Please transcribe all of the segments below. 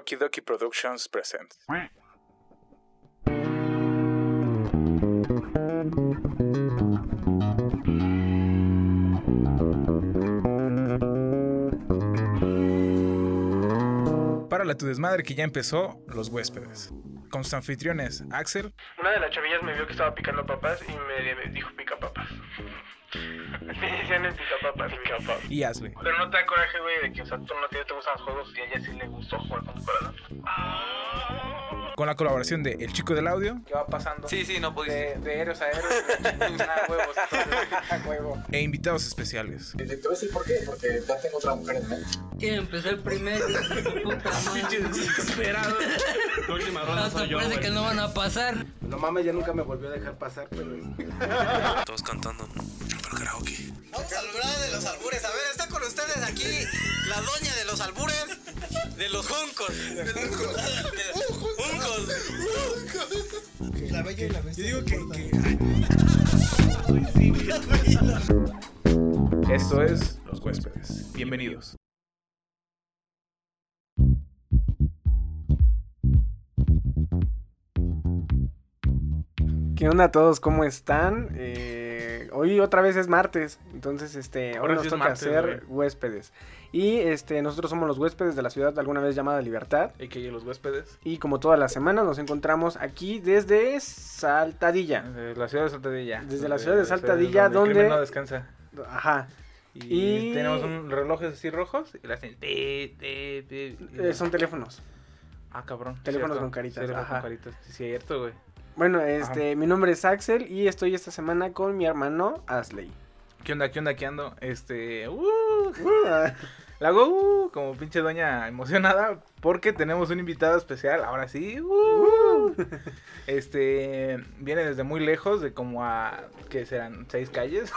Okie Dokie Productions presents. Párale tu desmadre que ya empezó, Los Huéspedes. Con sus anfitriones, Axel. Una de las chavillas me vio que estaba picando papas y me dijo pica papas. Me decían el pica papas. Y Ashley. Pero no te da coraje, güey, de que, o sea, tú no te gustan los juegos y a ella sí le gustó jugar con tu corazón. Con la colaboración de El Chico del Audio. ¿Qué va pasando? Sí, no pudiste. De héroes a héroes, a huevos, a huevo. E invitados especiales. Te voy a decir por qué, porque ya tengo otra mujer en mente. Quiero empezar primero. Puta madre. Desesperado. La última ronda Hasta soy yo, parece güey. que no van a pasar. No mames, ya nunca me volvió a dejar pasar, pero... Todos cantando. Pero karaoke. Vamos a hablar de los albures. A ver, está con ustedes aquí la doña de los albures, de los juncos. Juncos. La bella y la bestia. Yo digo que... Esto es Los Huéspedes. Bienvenidos. ¿Qué onda a todos? ¿Cómo están? Hoy otra vez es martes, entonces hoy Ahora nos sí es toca martes, hacer huéspedes. Y nosotros somos los huéspedes de la ciudad alguna vez llamada Libertad. ¿Y que los huéspedes? Y como todas las semanas nos encontramos aquí desde Saltadilla. La ciudad de Saltadilla. Desde la ciudad de Saltadilla, donde el crimen no donde... descansa. Ajá. Y Y- tenemos un relojes así rojos y le hacen... Son teléfonos. Ah, cabrón. Teléfonos cierto. con caritas, Teléfonos ajá. con caritas. Sí, cierto, güey. Bueno, Ajá. mi nombre es Axel y estoy esta semana con mi hermano Asley. ¿Qué onda? ¿Qué ando? La hago como pinche doña emocionada porque tenemos un invitado especial, ahora sí. Viene desde muy lejos, de como a, ¿qué serán? 6 calles.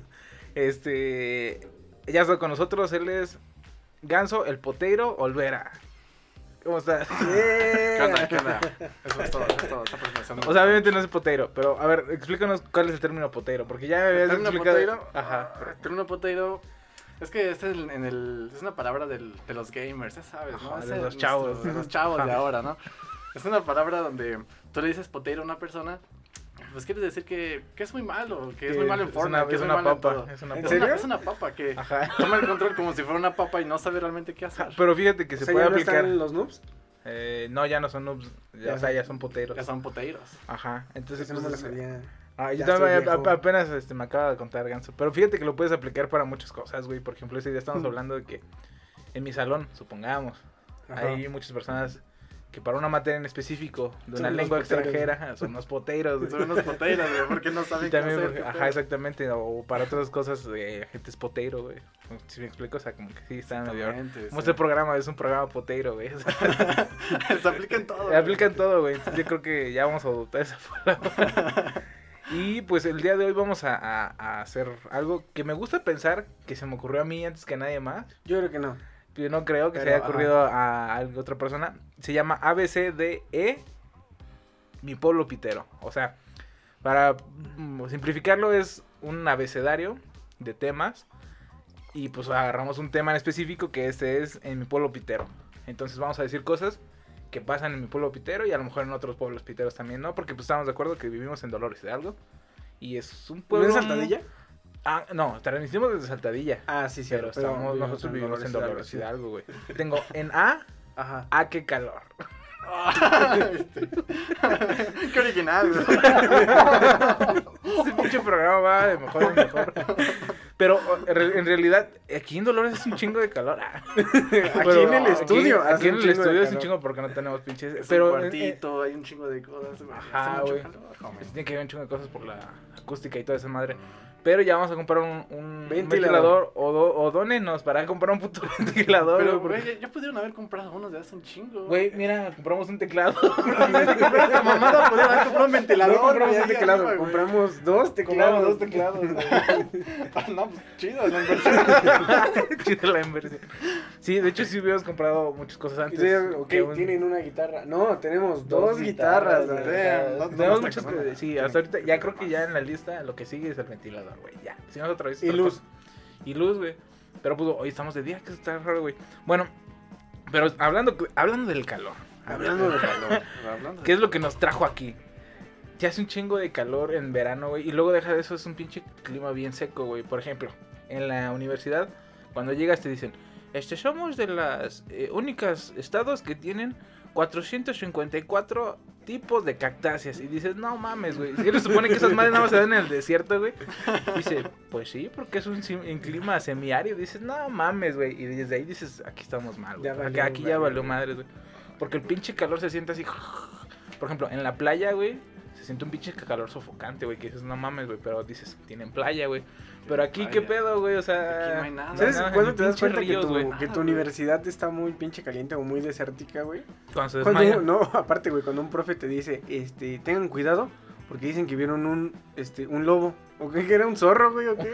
Ya está con nosotros, él es Ganso, el Poteiro Olvera. ¿Cómo estás? ¿Qué onda? Eso es todo, esta presentación. O sea, obviamente no es poteiro, pero a ver, explícanos cuál es el término poteiro, porque ya me habías ¿Término explicado. poteiro? Ajá. Término poteiro. Es que es una palabra de los gamers, ya sabes, ¿no? Ajá, Es de el- los chavos. De los chavos de Ajá. ahora, ¿no? Es una palabra donde tú le dices poteiro a una persona, pues quieres decir que es muy malo, que es muy malo en forma, que es muy malo en todo. Es una ¿En papa. serio? Es una papa que Ajá. toma el control como si fuera una papa y no sabe realmente qué hacer. Pero fíjate que O se sea, puede ¿ya no aplicar. están los noobs? No, ya no son noobs, Ya o sea, ya son poteros. Ya son poteiros. Ajá. Entonces, Ese no me lo pues, sabía. yo Ya también estoy viejo. apenas me acaba de contar Ganso. Pero fíjate que lo puedes aplicar para muchas cosas, güey. Por ejemplo, ese día estamos hablando de que en mi salón, supongamos, Ajá. hay muchas personas que para una materia en específico de Son una unos lengua poteros. extranjera son unos poteiros, güey. Son unos poteiros, güey, porque no Y saben qué también, hacer. porque- qué ajá, pedo. exactamente. O para otras cosas, gente es poteiro, güey. Si me explico, o sea, como que sí, está medio. Exactamente, Como sí. este programa es un programa poteiro, güey. O sea, Se aplica en todo. aplican todo, güey. Entonces, yo creo que ya vamos a adoptar esa palabra. Y pues el día de hoy vamos a hacer algo que me gusta pensar que se me ocurrió a mí antes que a nadie más. Yo creo que no. Yo no creo que se Pero, haya ocurrido a otra persona. Se llama ABCDE, mi pueblo pitero. O sea, para simplificarlo es un abecedario de temas. Y pues agarramos un tema en específico que este es en mi pueblo pitero. Entonces vamos a decir cosas que pasan en mi pueblo pitero y a lo mejor en otros pueblos piteros también, ¿no? Porque pues estamos de acuerdo que vivimos en Dolores Hidalgo. Y es un ¿No pueblo... es Saltadilla? Ah, no, transmitimos desde Saltadilla. Ah, sí, sí. Pero nosotros vivimos en Dolores Hidalgo, güey. Tengo en A, Ajá. qué calor. Qué original, güey. Ese pinche programa va de mejor en mejor. Pero en realidad, aquí en Dolores es un chingo de calor. Aquí en el estudio Aquí hace en un el chingo de estudio es un calor. chingo porque no tenemos pinches. Es Pero un cuartito, hay un chingo de cosas. Güey. Ajá, Hace mucho güey. calor, hombre. tiene que ver un chingo de cosas por la acústica y toda esa madre. Pero ya vamos a comprar un Ventilador. ventilador o dónenos para comprar un puto ventilador. Pero, güey, güey, ya pudieron haber comprado unos de hace un chingo. Güey, mira, compramos un teclado. en vez de comprar esta mamada, pudieron haber comprado un ventilador. No compramos güey, un ahí teclado, arriba, güey. compramos dos teclados. Compramos 2 teclados, güey. Ah, no, pues chido, la inversión. Chido la inversión. Sí, de hecho sí hubiéramos comprado muchas cosas Y antes. tú dices, ok, que un- tienen una guitarra. No, tenemos dos dos guitarras. güey. güey. Tenemos muchas cosas. Sí, hasta ahorita ya creo que ya en la lista lo que sigue es el ventilador, güey. Ya. Si no otra vez. Y otra luz. cosa. Y luz, güey. Pero pues hoy estamos de día, que está raro, güey. Bueno, Pero hablando del calor. Hablando de calor. ¿Qué es lo que nos trajo aquí? Ya hace un chingo de calor en verano, güey. Y luego deja de eso, es un pinche clima bien seco, güey. Por ejemplo, en la universidad, cuando llegas te dicen, somos de las únicas estados que tienen 454 tipos de cactáceas. Y dices, no mames, güey. ¿Sí se supone que esas madres nada más se dan en el desierto, güey? Dice, pues sí, porque es un clima semiárido. Dices, no mames, güey. Y desde ahí dices, aquí estamos mal, güey. Aquí ya valió madres, güey. Porque el pinche calor se siente así. Por ejemplo, en la playa, güey, se siente un pinche calor sofocante, güey. Que dices, no mames, güey. Pero dices, tienen playa, güey. Pero aquí, ¿qué pedo, güey? O sea... Aquí no hay nada. ¿Sabes cuándo te das cuenta ríos, que tu universidad está muy pinche caliente o muy desértica, güey? Cuando se desmaya. No, aparte, güey, cuando un profe te dice, tengan cuidado, porque dicen que vieron un lobo. ¿O qué era? ¿Un zorro, güey? ¿O qué?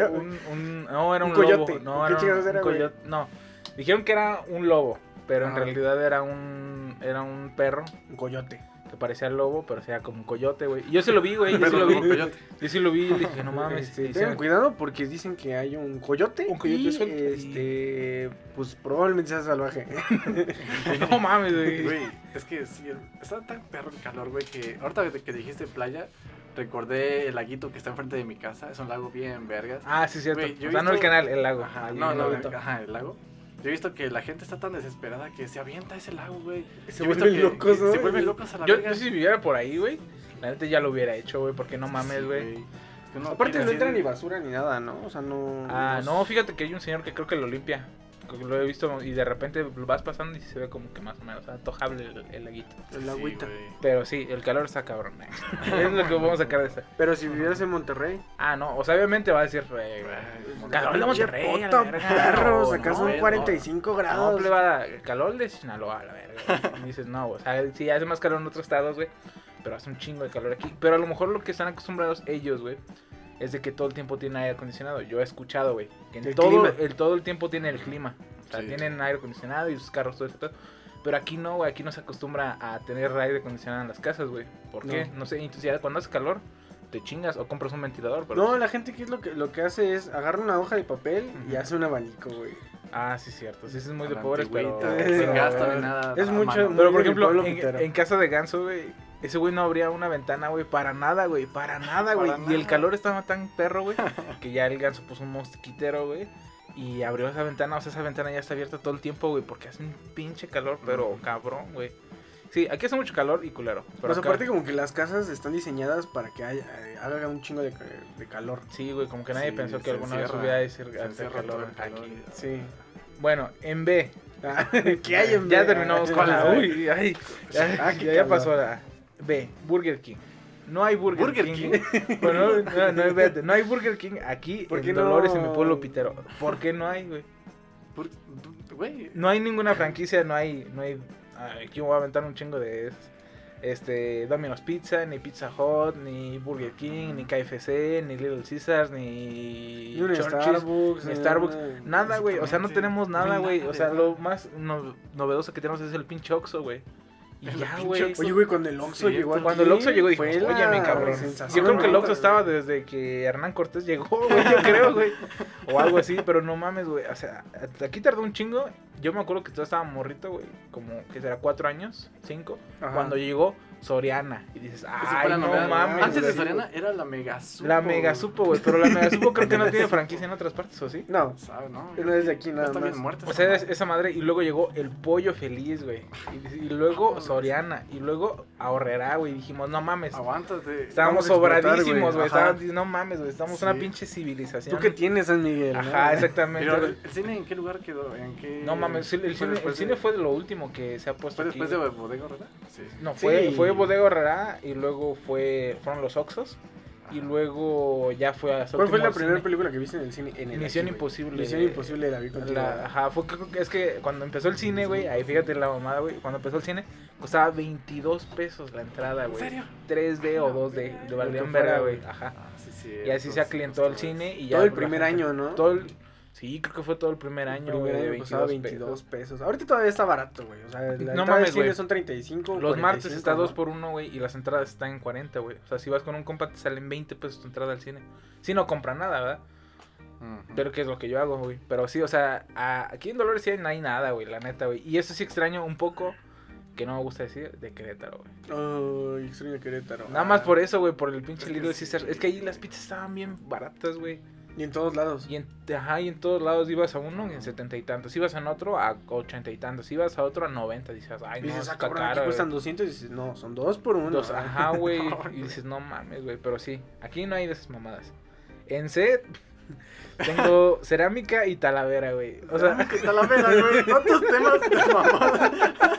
No, era un coyote. lobo. No, ¿Qué chingados era, güey? coyote. No, dijeron que era un lobo, pero en realidad era un perro Un coyote. que parecía lobo, pero sea como un coyote, güey. Y yo sí lo vi, güey. Yo sí lo vi y dije, no mames. Tengan cuidado porque dicen que hay un coyote. Un coyote y, pues probablemente sea salvaje. No mames, güey. Güey, es que sí, está tan perro el calor, güey, que ahorita que dijiste playa, recordé el laguito que está enfrente de mi casa. Es un lago bien vergas. Ah, sí, cierto. Güey, yo O sea, he no el visto- canal, el lago. Ajá, Ahí no, en no, el laguito. ajá, el lago. Yo he visto que la gente está tan desesperada que se avienta a ese lago, güey. Se Yo he visto vuelven locos, ¿no? Se vuelven locos a la Yo verga. si viviera por ahí, güey, la neta ya lo hubiera hecho, güey, porque no mames, Sí, güey. Es que uno Aparte quiere no así entra de- ni basura ni nada, ¿no? O sea, no... Ah, no, fíjate que hay un señor que creo que lo limpia. Lo he visto y de repente vas pasando y se ve como que más o menos antojable el laguito. El Sí, agüita. güey. Pero sí, el calor está cabrón. Es lo que vamos a sacar de esta. Pero si vivieras en Monterrey... Ah, no, o sea, obviamente va a decir calor de Monterrey, a la Puta, verga. perros, No, acá no, son no. 45 No, grados. pleba, calor de Sinaloa, a la verga. Y dices, no, o sea, sí hace más calor en otros estados, güey, pero hace un chingo de calor aquí. Pero a lo mejor lo que están acostumbrados ellos, güey, es de que todo el tiempo tiene aire acondicionado. Yo he escuchado, güey, que El todo clima. todo el tiempo tiene el clima. O sea, Sí. tienen aire acondicionado y sus carros, todo eso. Pero aquí no, güey, aquí no se acostumbra a tener aire acondicionado en las casas, güey. ¿Por qué? No sé, entonces ya cuando hace calor, te chingas o compras un ventilador. Pero No, la gente, ¿qué es lo que hace? Es agarra una hoja de papel y hace un abanico, güey. Ah, sí, cierto. Sí, eso es muy A de la pobres, pero... antigüita, pero- sin gasto ni nada. Es a mucho- mano. Pero por Muy ejemplo, pueblo pitero. en casa de Ganso, güey, ese güey no abría una ventana, güey, para nada, güey, para nada, güey. Para Y el nada. calor estaba tan perro, güey, que ya el Ganso puso un mosquitero, güey. Y abrió esa ventana, o sea, esa ventana ya está abierta todo el tiempo, güey, porque hace un pinche calor, pero cabrón, güey. Sí, aquí hace mucho calor y culero. Pero Pues acá- aparte como que las casas están diseñadas para que haga un chingo de calor. Sí, güey, como que nadie Sí, pensó que se alguna vez encierra, hubiera de se ser hacer encierra todo calor el calor. aquí. Sí. Bueno, en B. ¿Qué hay en Ya B? terminamos con la... Uy, ay, Ah, qué ya calor. pasó la... B, Burger King. No hay Burger King. King. Bueno, espérate, no hay Burger King aquí ¿Por qué en Dolores, no? en mi pueblo pitero. ¿Por qué no hay, güey? Güey, No hay ninguna franquicia, no hay... Aquí voy a aventar un chingo de esas. Domino's Pizza, ni Pizza Hut, ni Burger King, ni KFC, ni Little Caesars, ni Ni un Church's, Starbucks. ni Starbucks. Nada, güey, o sea, no Exactamente. tenemos No hay nada, güey. nada O sea, de lo más novedoso que tenemos es el pinche Oxxo, güey. Y El ya, pinche güey. Oxxo. Oye, güey, cuando el Oxxo Cierto. llegó aquí, Cuando el Oxxo llegó dijimos, fue oye, la mi cabrón. sensación. Yo creo que el Oxxo Puta, estaba desde que Hernán Cortés llegó, güey, yo creo, güey. O algo así, pero no mames, güey. O sea, aquí tardó un chingo. Yo me acuerdo que todavía estaba morrito, güey. Como, que será 4 años, 5. Ajá. Cuando llegó Soriana. Y dices, esa fue ay, la no novedad. mames. Antes de güey. Soriana era la Mega Supo. La Mega Supo, güey. Pero la Mega Supo creo que no tiene franquicia en otras partes, ¿o sí? No, ¿Sabe, no? no es de aquí nada Está más. bien muerta O esa sea, madre. esa madre, y luego llegó el Pollo Feliz, güey. Y luego Soriana, y luego Ahorrera, güey. Dijimos, no mames. Aguántate. Estábamos Vamos a explotar, sobradísimos, güey. güey. Ajá. No mames, güey. Estamos Sí. una pinche civilización. ¿Tú qué tienes, San Miguel? no? Ajá, exactamente. Pero, güey. ¿el cine en qué lugar quedó? ¿En qué? No mames, el ¿Fue cine, después de- fue de lo último que se ha puesto ¿Fue aquí. después de güey. Bodega Horrera? Sí. No, Sí. fue Bodega Horrera y luego fueron los Oxxos y luego ya fue a ¿Cuál fue la Séptimo primera Cine. película que viste en el cine? En el Misión aquí, güey? Imposible. Misión Imposible la vi contigo. Ajá, creo que es que cuando empezó el cine, güey, ahí fíjate la mamada, güey, cuando empezó el cine, costaba 22 pesos la entrada, güey. serio? 3D o 2D, le valían que fuera, verga, güey, güey. ajá. Ah, sí, sí. Y así se aclientó el cine y ya. Todo el la primer gente- año, ¿no? Sí, creo que fue todo el primer año, El primer güey, año de costaba 22 pesos. Ahorita todavía está barato, güey. O sea, la entrada mames, del cine güey. son 35. Los martes 45, está ¿no? 2 por 1, güey, y las entradas están en 40, güey. O sea, si vas con un compa te salen 20 pesos tu entrada al cine. Si no compra nada, ¿verdad? Pero que es lo que yo hago, güey. Pero sí, o sea, aquí en Dolores sí no hay nada, güey, la neta, güey. Y eso sí extraño un poco, que no me gusta decir, de Querétaro, güey. Ay, extraño Querétaro. Nada más por eso, güey, por el pinche Little Caesar. Es que ahí las pizzas estaban bien baratas, güey. Y en todos lados. Y en todos lados ibas a uno en 70 y tantos, ibas a otro a 80 y tantos, ibas a otro a 90, dices, ay, Y no, dices, está cabrón, caro, aquí cuestan güey. 200 y dices, no, son 2 por 1. Ajá, güey. Y dices, no mames, güey. Pero sí, aquí no hay de esas mamadas. En set tengo cerámica y talavera, güey. O sea, ¿Qué tal la pena, güey? ¿Cuántos temas de mamada?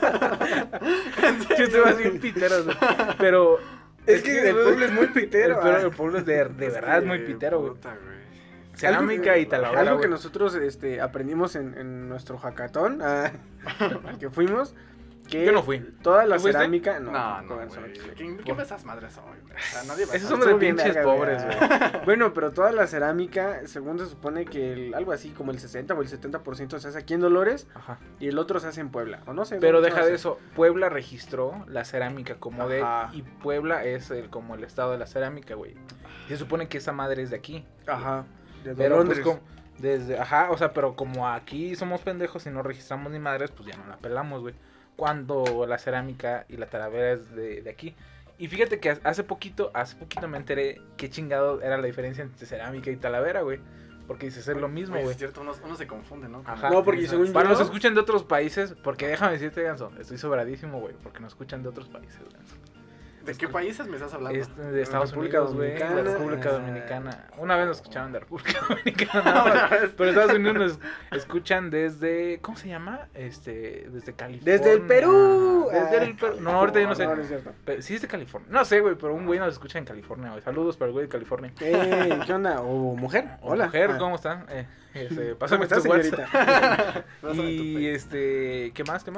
yo estoy así un pitero, güey. Pero Es que el pueblo es muy pitero. El pueblo es de verdad es muy pitero, güey. Puta, güey. Cerámica y talavera, Algo que güey. nosotros aprendimos en nuestro hackathon, al que fuimos, que Yo no fui. toda la ¿Tú fuiste? cerámica... No, con eso güey. no te ¿Qué esas madres hoy, güey? O sea, nadie va a Esos estar- son de Estuvo bien pinches verga, pobres, güey. Bueno, pero toda la cerámica, según se supone que algo así como el 60 o el 70% se hace aquí en Dolores Ajá. y el otro se hace en Puebla, o no sé. Pero no deja sé. de eso, Puebla registró la cerámica como de... Ajá. Y Puebla es como el estado de la cerámica, güey. Se supone que esa madre es de aquí. Ajá. De Pero Londres. pues como... Ajá, o sea, pero como aquí somos pendejos y no registramos ni madres, pues ya no la pelamos, güey. Cuando la cerámica y la talavera es de aquí. Y fíjate que hace poquito me enteré qué chingado era la diferencia entre cerámica y talavera, güey. Porque dices, es lo mismo, Güey, güey. es cierto, uno se confunde, ¿no? Ajá. No, porque según Para yo... los que escuchan de otros países, porque déjame decirte, Ganso, estoy sobradísimo, güey, porque nos escuchan de otros países, Ganso. ¿De qué países me estás hablando? De Estados República Unidos, güey, de Dominicana. República Dominicana. Una vez nos escucharon de República Dominicana, nada más. Pero Estados Unidos nos escuchan desde, ¿cómo se llama? Desde California. ¡Desde el Perú! Desde el Perú. No, ahorita yo no sé. No, no es cierto. Sí es de California. No sé, güey, pero un güey nos escucha en California, güey. Saludos para el güey de California. ¿Qué onda? ¿O mujer? O Hola. mujer, Ah. ¿cómo están? ¿Cómo Pásame estás, tu WhatsApp. señorita? Pásame tu Y Face. ¿qué más?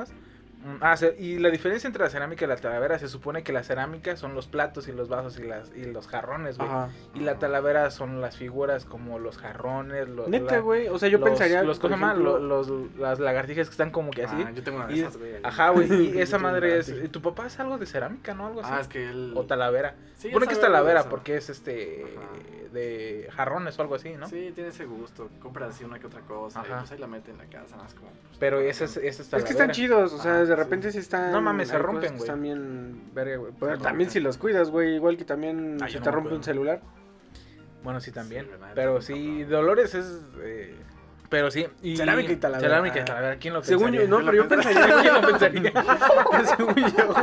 Y la diferencia entre la cerámica y la talavera, se supone que la cerámica son los platos y los vasos y los jarrones, güey. Ajá. Y la talavera son las figuras como los jarrones, Neta, güey. O sea, yo pensaría... los por ¿cómo se llama? ejemplo, las lagartijas que están como que así. Ah, yo tengo una de Y- esas, güey. Ajá, güey. Y esa Yo madre tengo es... una, sí. ¿Tu papá es algo de cerámica, no? Algo así. Ah, es que él... O talavera. Sí, Supone él que es sabe algo de talavera eso. porque es Ajá. de jarrones o algo así, ¿no? Sí, tiene ese gusto. Compra así una que otra cosa. Y Ajá. pues ahí la mete en la casa, más como... pues, Pero para esa es que- talavera. Es que están chidos, o sea, Ajá, de sí. repente sí están... No mames, se hay rompen, cosas que güey. Están bien verga, güey. Pero Se también rompen. si los cuidas, güey, igual que también Ah, si yo no te me rompe un acuerdo. celular. Bueno, sí, también. Sí, ¿verdad? Pero Sí, sí, cabrón. Dolores es... pero sí. Cerámica y talavera. Cerámica y talavera. ¿Quién lo Según pensaría? yo, no, pero yo pensaría, ¿Quién lo pensaría? según yo,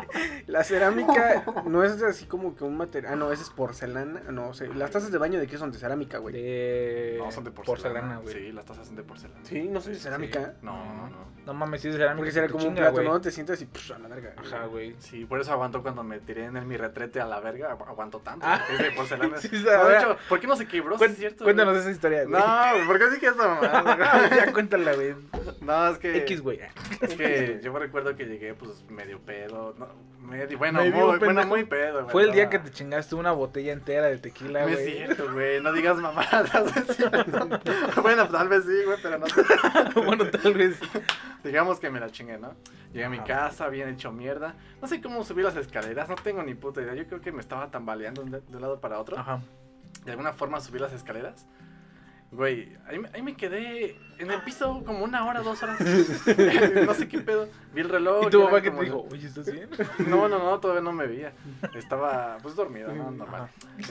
la cerámica no es así como que un material. Ah, no, esa es porcelana. No, o sea, las tazas de baño de qué son de cerámica, güey. No, son de porcelana. güey. Sí, las tazas son de porcelana. Sí, no son de cerámica. No. No mames, sí es cerámica. Porque será tu como un chinga, plato, güey. ¿no? Te sientas y a la verga. Ajá, güey. Sí, por eso aguanto cuando me tiré en mi retrete a la verga. Aguanto tanto. Ah. porque Es de porcelana. Sí, No, a de ver. hecho, ¿por qué no se quebró? Sí, es cierto. Cuéntanos güey. esa historia, güey. No, ¿por qué dije eso, mamá? Ya cuéntala, güey. No, es que... X, güey. Es que yo me recuerdo que llegué, pues, medio pedo. No, bueno, Medio muy, pendejo. muy pedo, güey. Fue el día no. que te chingaste una botella entera de tequila, No güey. es cierto, güey. No digas mamadas. es cierto. Bueno, tal vez sí, güey, pero no. Bueno, tal vez. Digamos que me la chingué, ¿no? Llegué a mi casa, bien hecho mierda. No sé cómo subí las escaleras, no tengo ni puta idea. Yo creo que me estaba tambaleando de un lado para otro. Ajá. De alguna forma subí las escaleras. Güey, ahí me quedé en el piso como 1 hora, 2 horas. No sé qué pedo. Vi el reloj. ¿Y tu eran papá qué te como dijo? Oye, ¿estás bien? No, todavía no me veía. Estaba, pues, dormido, ¿no? Ajá. Normal.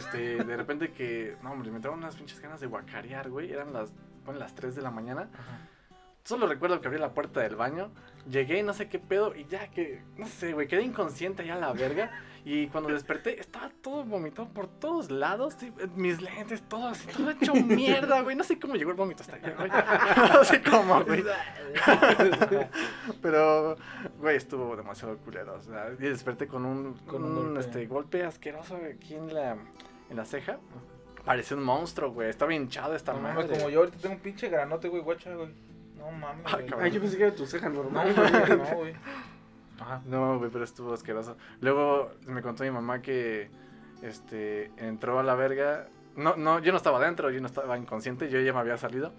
De repente que, no, hombre, me entraron unas pinches ganas de guacarear, güey. Eran las 3 de la mañana. Ajá. Solo recuerdo que abrí la puerta del baño, llegué y no sé qué pedo, y ya que, no sé, güey, quedé inconsciente allá a la verga. Y cuando desperté, estaba todo vomitado por todos lados, sí, mis lentes, todo así, todo hecho mierda, güey. No sé cómo llegó el vómito hasta allá, güey. No sé cómo, güey. Pero, güey, estuvo demasiado culero. O sea, y desperté con un golpe asqueroso aquí en la ceja. Parecía un monstruo, güey. Estaba hinchado esta No madre. mames, como yo ahorita tengo un pinche granote, güey, guacha, güey. No mames, Ay, güey. cabrón. Ay, yo pensé que era tu ceja No, normal. güey, no, güey. Ajá. No, güey, pero estuvo asqueroso. Luego me contó mi mamá que entró a la verga. No, yo no estaba adentro, yo no estaba inconsciente, yo ya me había salido.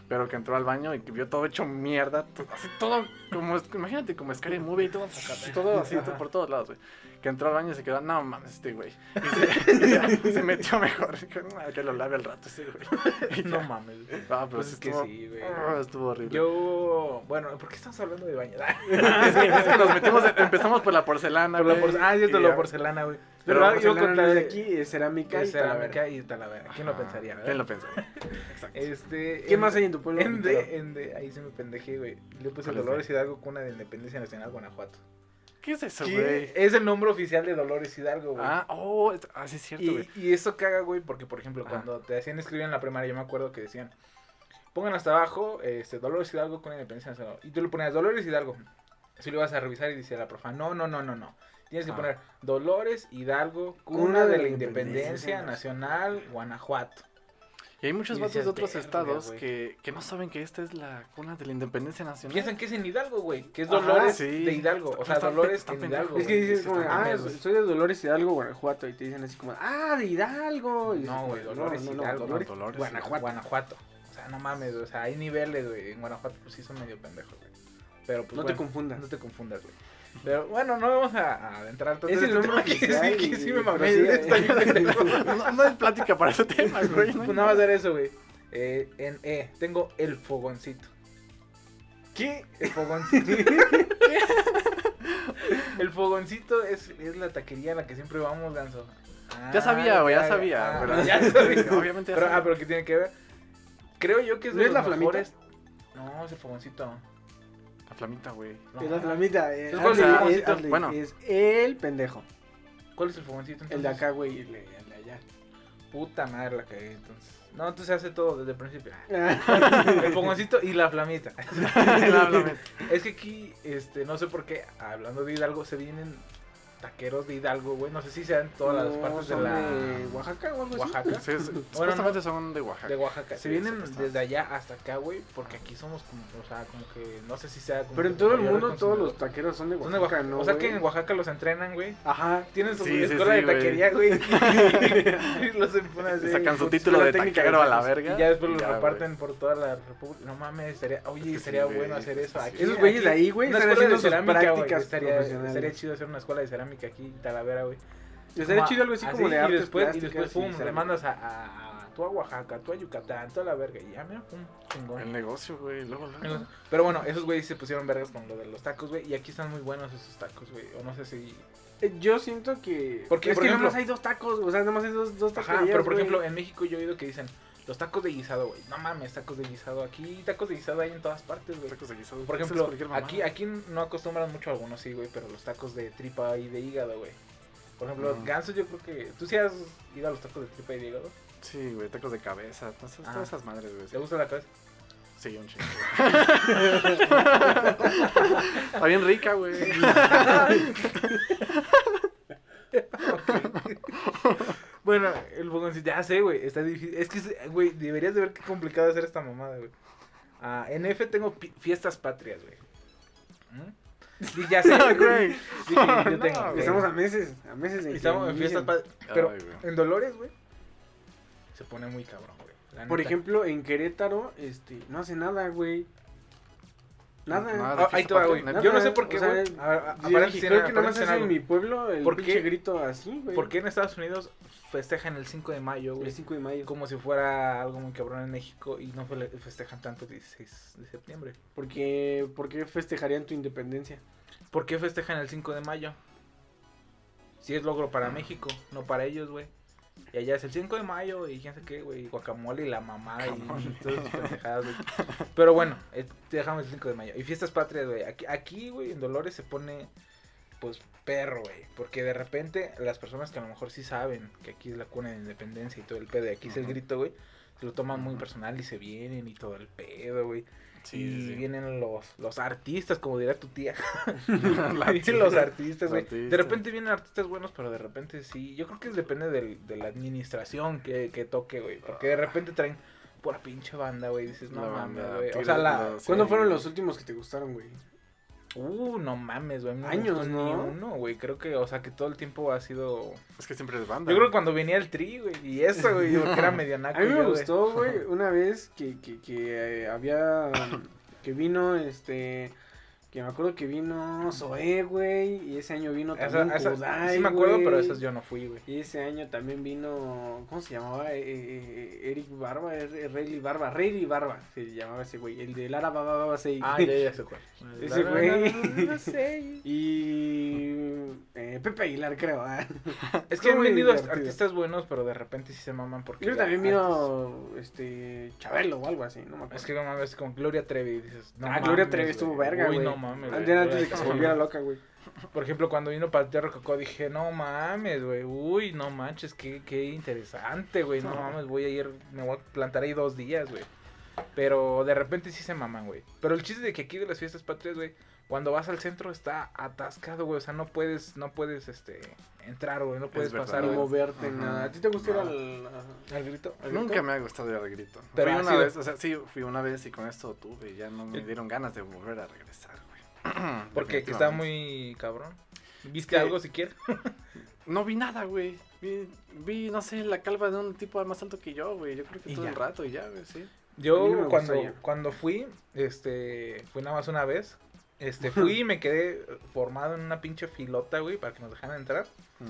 pero que entró al baño y que vio todo hecho mierda, así todo como, imagínate como Scary Movie, todo así, todo por todos lados, güey. Que entró al baño y se quedó, no mames, este güey. Y se metió mejor, que lo lave al rato ese güey. No mames. Ah, pero Pues sí es que estuvo, sí, güey. estuvo horrible. Bueno, ¿por qué estamos hablando de baño? Es que nos metimos, empezamos por la porcelana, güey. Cierto, y la ya. porcelana, güey. Pero Pero yo porcelana no conté es de aquí, es cerámica es y talavera. cerámica y talavera. ¿Quién lo pensaría, ¿Quién verdad? lo pensaría? Exacto. ¿Qué más hay en tu pueblo? En D, ahí se me pendejé, güey. Le puse ¿Cuál es Dolores Hidalgo, cuna de Independencia Nacional, Guanajuato. ¿Qué es eso, ¿Qué? güey? Es el nombre oficial de Dolores Hidalgo, güey. Sí es cierto, güey. Y esto caga, güey, porque, por ejemplo, Ajá. cuando te hacían escribir en la primaria, yo me acuerdo que decían, pongan hasta abajo, Dolores Hidalgo con Independencia Nacional. Y tú le ponías Dolores Hidalgo. Si lo ibas a revisar y decía la profa, no. Tienes que Ah. poner Dolores Hidalgo, cuna de la Independencia Nacional, Guanajuato. Y hay muchos Y vatos decías, de otros "Verga, estados güey". que no saben que esta es la cuna de la independencia nacional. Piensan que es en Hidalgo, güey, que es Ajá, Dolores sí. de Hidalgo. O sea, Están Dolores están en Hidalgo. pendejos. Es que güey. dices como, Están pendejos. soy de Dolores Hidalgo, Guanajuato, y te dicen así como, de Hidalgo. Y dices No, como, güey, Dolores Hidalgo. Dolores, Dolores Guanajuato. O sea, no mames, o sea, hay niveles, güey. En Guanajuato, pues sí son medio pendejos, güey. Pero pues No te bueno, confundas. No te confundas, güey. Pero bueno, no vamos a adentrar tanto Es en el este nombre tema, que oficial sí, que sí me pero mamé. sí, Está bien pendejo. No hay plática para ese tema, güey. Pues nada más hacer eso, güey. En E, tengo el fogoncito. ¿Qué? El fogoncito. El fogoncito es la taquería a la que siempre vamos, Ganso. Ya sabía, güey, ya sabía, pero- ya sabía. Obviamente ya Pero, sabía. pero ¿qué tiene que ver? Creo yo que es ¿No de es los la flamita? mejores. No, es el fogoncito. La flamita, güey. No. Es la flamita. ¿Cuál es el fogoncito? hazle, Bueno. es el pendejo. ¿Cuál es el fogoncito entonces? El de acá, güey, y el de allá. Puta madre la cagué entonces. No, entonces se hace todo desde el principio. Ah. El fogoncito y la flamita. La flamita. Es que aquí, no sé por qué, hablando de Hidalgo, se vienen taqueros de Hidalgo, güey. No sé si sean todas las No, partes de son la de Oaxaca o algo así. Oaxaca. Sí, supuestamente son de Oaxaca. De Oaxaca. Se Sí, vienen supuestamente. desde allá hasta acá, güey, porque aquí somos como, o sea, como que, no sé si sea como Pero en que todo el mayor mundo todos consumidor. los taqueros son de Son Oaxaca, de Oaxaca, ¿no? o sea que güey? en Oaxaca los entrenan, güey. Ajá. Tienen su Sí, sí, escuela sí, de güey. taquería, güey. Y los ponen así. Sacan su con título de escuela técnica taquero a la taqueros. verga. Y ya después los Ya, reparten por toda la república. No mames, que sería sí, bueno güey, hacer eso. sí. Aquí, Esos güeyes de ahí, güey, una están escuela de haciendo sus cerámica, güey. prácticas Estaría profesionales. chido hacer una escuela de cerámica aquí en Talavera, güey. Estaría Como chido algo así como de y artes después, plásticas. y después, pum, le cerámica. mandas tú a Oaxaca, tú a Yucatán, tú a la verga. Y ya, mira, pum, chingón. El negocio, güey. Luego. Pero bueno, esos güeyes se pusieron vergas con lo de los tacos, güey. Y aquí están muy buenos esos tacos, güey. O no sé si. Yo siento que... Porque, es por que ejemplo- nada más hay dos tacos, o sea, nada más hay dos Ajá, taquerías, pero por güey. ejemplo, en México yo he oído que dicen los tacos de guisado, güey. No mames, tacos de guisado. Aquí tacos de guisado hay en todas partes, güey. Tacos de guisado. Por Eso es ejemplo, cualquier mamada. aquí no acostumbran mucho algunos, sí, güey. Pero los tacos de tripa y de hígado, güey. Por ejemplo, Mm. ganso, yo creo que. ¿Tú sí has ido a los tacos de tripa y de hígado? Sí, güey, tacos de cabeza. Entonces, Ah. todas esas madres, güey. ¿Te gusta la cabeza? Sí, un chingo. Está bien rica, güey. Bueno, el fogoncito, ya sé, güey, está difícil. Es que, güey, deberías de ver qué complicado hacer esta mamada, güey. En F tengo fiestas patrias, güey. Y ya sé, Güey. Dije, yo No, tengo, güey. güey. Estamos a meses de que Estamos en fiestas inicien. patrias. Pero Ay, güey. en Dolores, güey, se pone muy cabrón, güey. La Por neta. ejemplo, en Querétaro, no hace nada, güey. Nada. Nada. Ahí te va, güey. Nada, Yo no sé por qué, o sea, güey. Yo dije, creo que nada más es en mi pueblo el ¿Por pinche qué? grito así, güey. ¿Por qué en Estados Unidos festejan el 5 de mayo, güey? El 5 de mayo. Como si fuera algo muy cabrón en México y no festejan tanto el 16 de septiembre. ¿Por qué festejarían tu independencia? ¿Por qué festejan el 5 de mayo? Si es logro para México, no para ellos, güey. Y allá es el 5 de mayo y quién sé qué, güey, guacamole y la mamá y todas esas pendejadas, güey. Pero bueno, te dejamos el 5 de mayo. Y fiestas patrias, güey. Aquí, güey, en Dolores se pone, pues, perro, güey. Porque de repente las personas que a lo mejor sí saben que aquí es la cuna de la independencia y todo el pedo, y aquí es el grito, güey, se lo toman muy personal y se vienen y todo el pedo, güey. Sí, y sí, sí. vienen los artistas, como dirá tu tía. La Vienen tía. los artistas, güey. Los artistas. De repente vienen artistas buenos, pero de repente sí. Yo creo que depende de la administración que toque, güey. Porque de repente traen pura pinche banda, güey. Dices, no La mames, banda, güey. O Tigres sea, de los- ¿Cuándo Sí. fueron los últimos que te gustaron, güey? No mames, güey. No me Años, gustó ¿no? Ni uno, güey. Creo que, o sea, que todo el tiempo ha sido... Es que siempre es banda. Yo creo que cuando venía el Tri, güey. Y eso, güey. Porque era medio naco. A mí me yo, güey. gustó, güey, una vez que había, que vino, que me acuerdo que vino Zoé, güey, y ese año vino también Kudai, sí me acuerdo, güey. pero esas yo no fui, güey. Y ese año también vino, ¿cómo se llamaba? Eric Barba, Rayleigh Barba, se llamaba ese güey, el de Lara Baba Sei. Ya sé cuál. Ese güey. No sé. Y Pepe Aguilar, creo. Es que han Muy venido divertido. artistas buenos, pero de repente sí se maman porque... Creo que ya también antes- vino Chabelo o algo así, no me acuerdo. Es que no mames, como Gloria Trevi, dices... No Gloria mames, Trevi estuvo güey. verga, Uy, güey. no mames, güey. Antes de que se volviera loca, güey. Por ejemplo, cuando vino Panteón Rococó dije, no mames, güey, uy, no manches, qué interesante, güey, no mames, voy a ir, me voy a plantar ahí 2 días, güey. Pero de repente sí se maman, güey. Pero el chiste de que aquí de las fiestas patrias, güey, cuando vas al centro está atascado, güey, o sea, no puedes, entrar, güey, no puedes verdad. pasar, Ni güey. moverte, Ajá. nada. ¿A ti te gusta ir No. al ¿Al grito? Nunca me ha gustado ir al grito. Pero Fui ha una sido- vez, o sea, sí, fui una vez y con esto tuve y ya no me dieron ganas de volver a regresar, güey. Porque que está muy cabrón. ¿Viste Sí. algo siquiera? No vi nada, güey. Vi, no sé, la calva de un tipo más alto que yo, güey. Yo creo que Y todo ya. el rato y ya, güey, sí. A mí no Yo me gusta ya. cuando fui, fui nada más una vez. Fui y me quedé formado en una pinche filota, güey, para que nos dejaran entrar.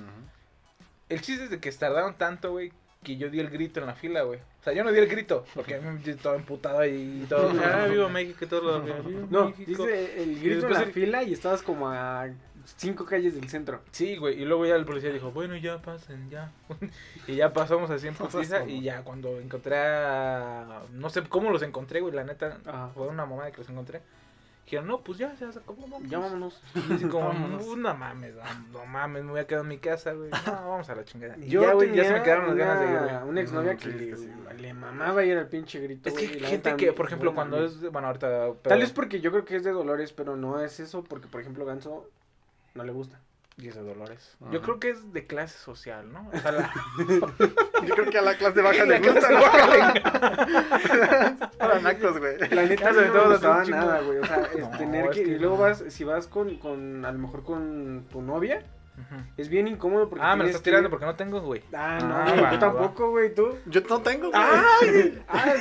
El chiste es de que tardaron tanto, güey, que yo di el grito en la fila, güey. O sea, yo no di el grito, porque a mí me estaba emputado ahí y todo. Viva México y todo lo viva No, México. dice el Y grito en después la fila y estabas como a 5 calles del centro. Sí, güey, y luego ya el policía dijo, bueno, ya pasen, ya. Y ya pasamos así en putiza y ya cuando encontré a... No sé cómo los encontré, güey, la neta, Ajá. fue una mamada que los encontré. Dijeron, no, pues ya se acabó, vamos. Ya vámonos. Y así como, Vámonos. no mames, no mames, me voy a quedar en mi casa, güey. No, vamos a la chingada. Y Yo ya, güey, ya tenía se me quedaron las ganas de ir, güey. una exnovia Ujú, que sí, le, sí, güey. le mamaba ir al pinche grito. Es que güey, y la gente neta, que, por ejemplo, bueno, cuando es, bueno, ahorita... Tal vez porque yo creo que es de Dolores, pero no es eso, porque por ejemplo Ganso no le gusta. Y es de Dolores. Ajá. Yo creo que es de clase social, ¿no? O sea, la... Yo creo que a la clase baja La le gusta, clase ¿no? Para nacos, güey. La neta Ya no sobre me todo gustaba un chingo. nada, güey. O sea, es No, tener es que... que Y luego no. vas, si vas con a lo mejor con tu novia, Ujú. es bien incómodo porque Ah, me lo tienes estás que- tirando porque no tengo, güey. Ah, no, Ah, güey, va, yo tampoco, güey, tú. Yo no tengo, güey. ¡Ay!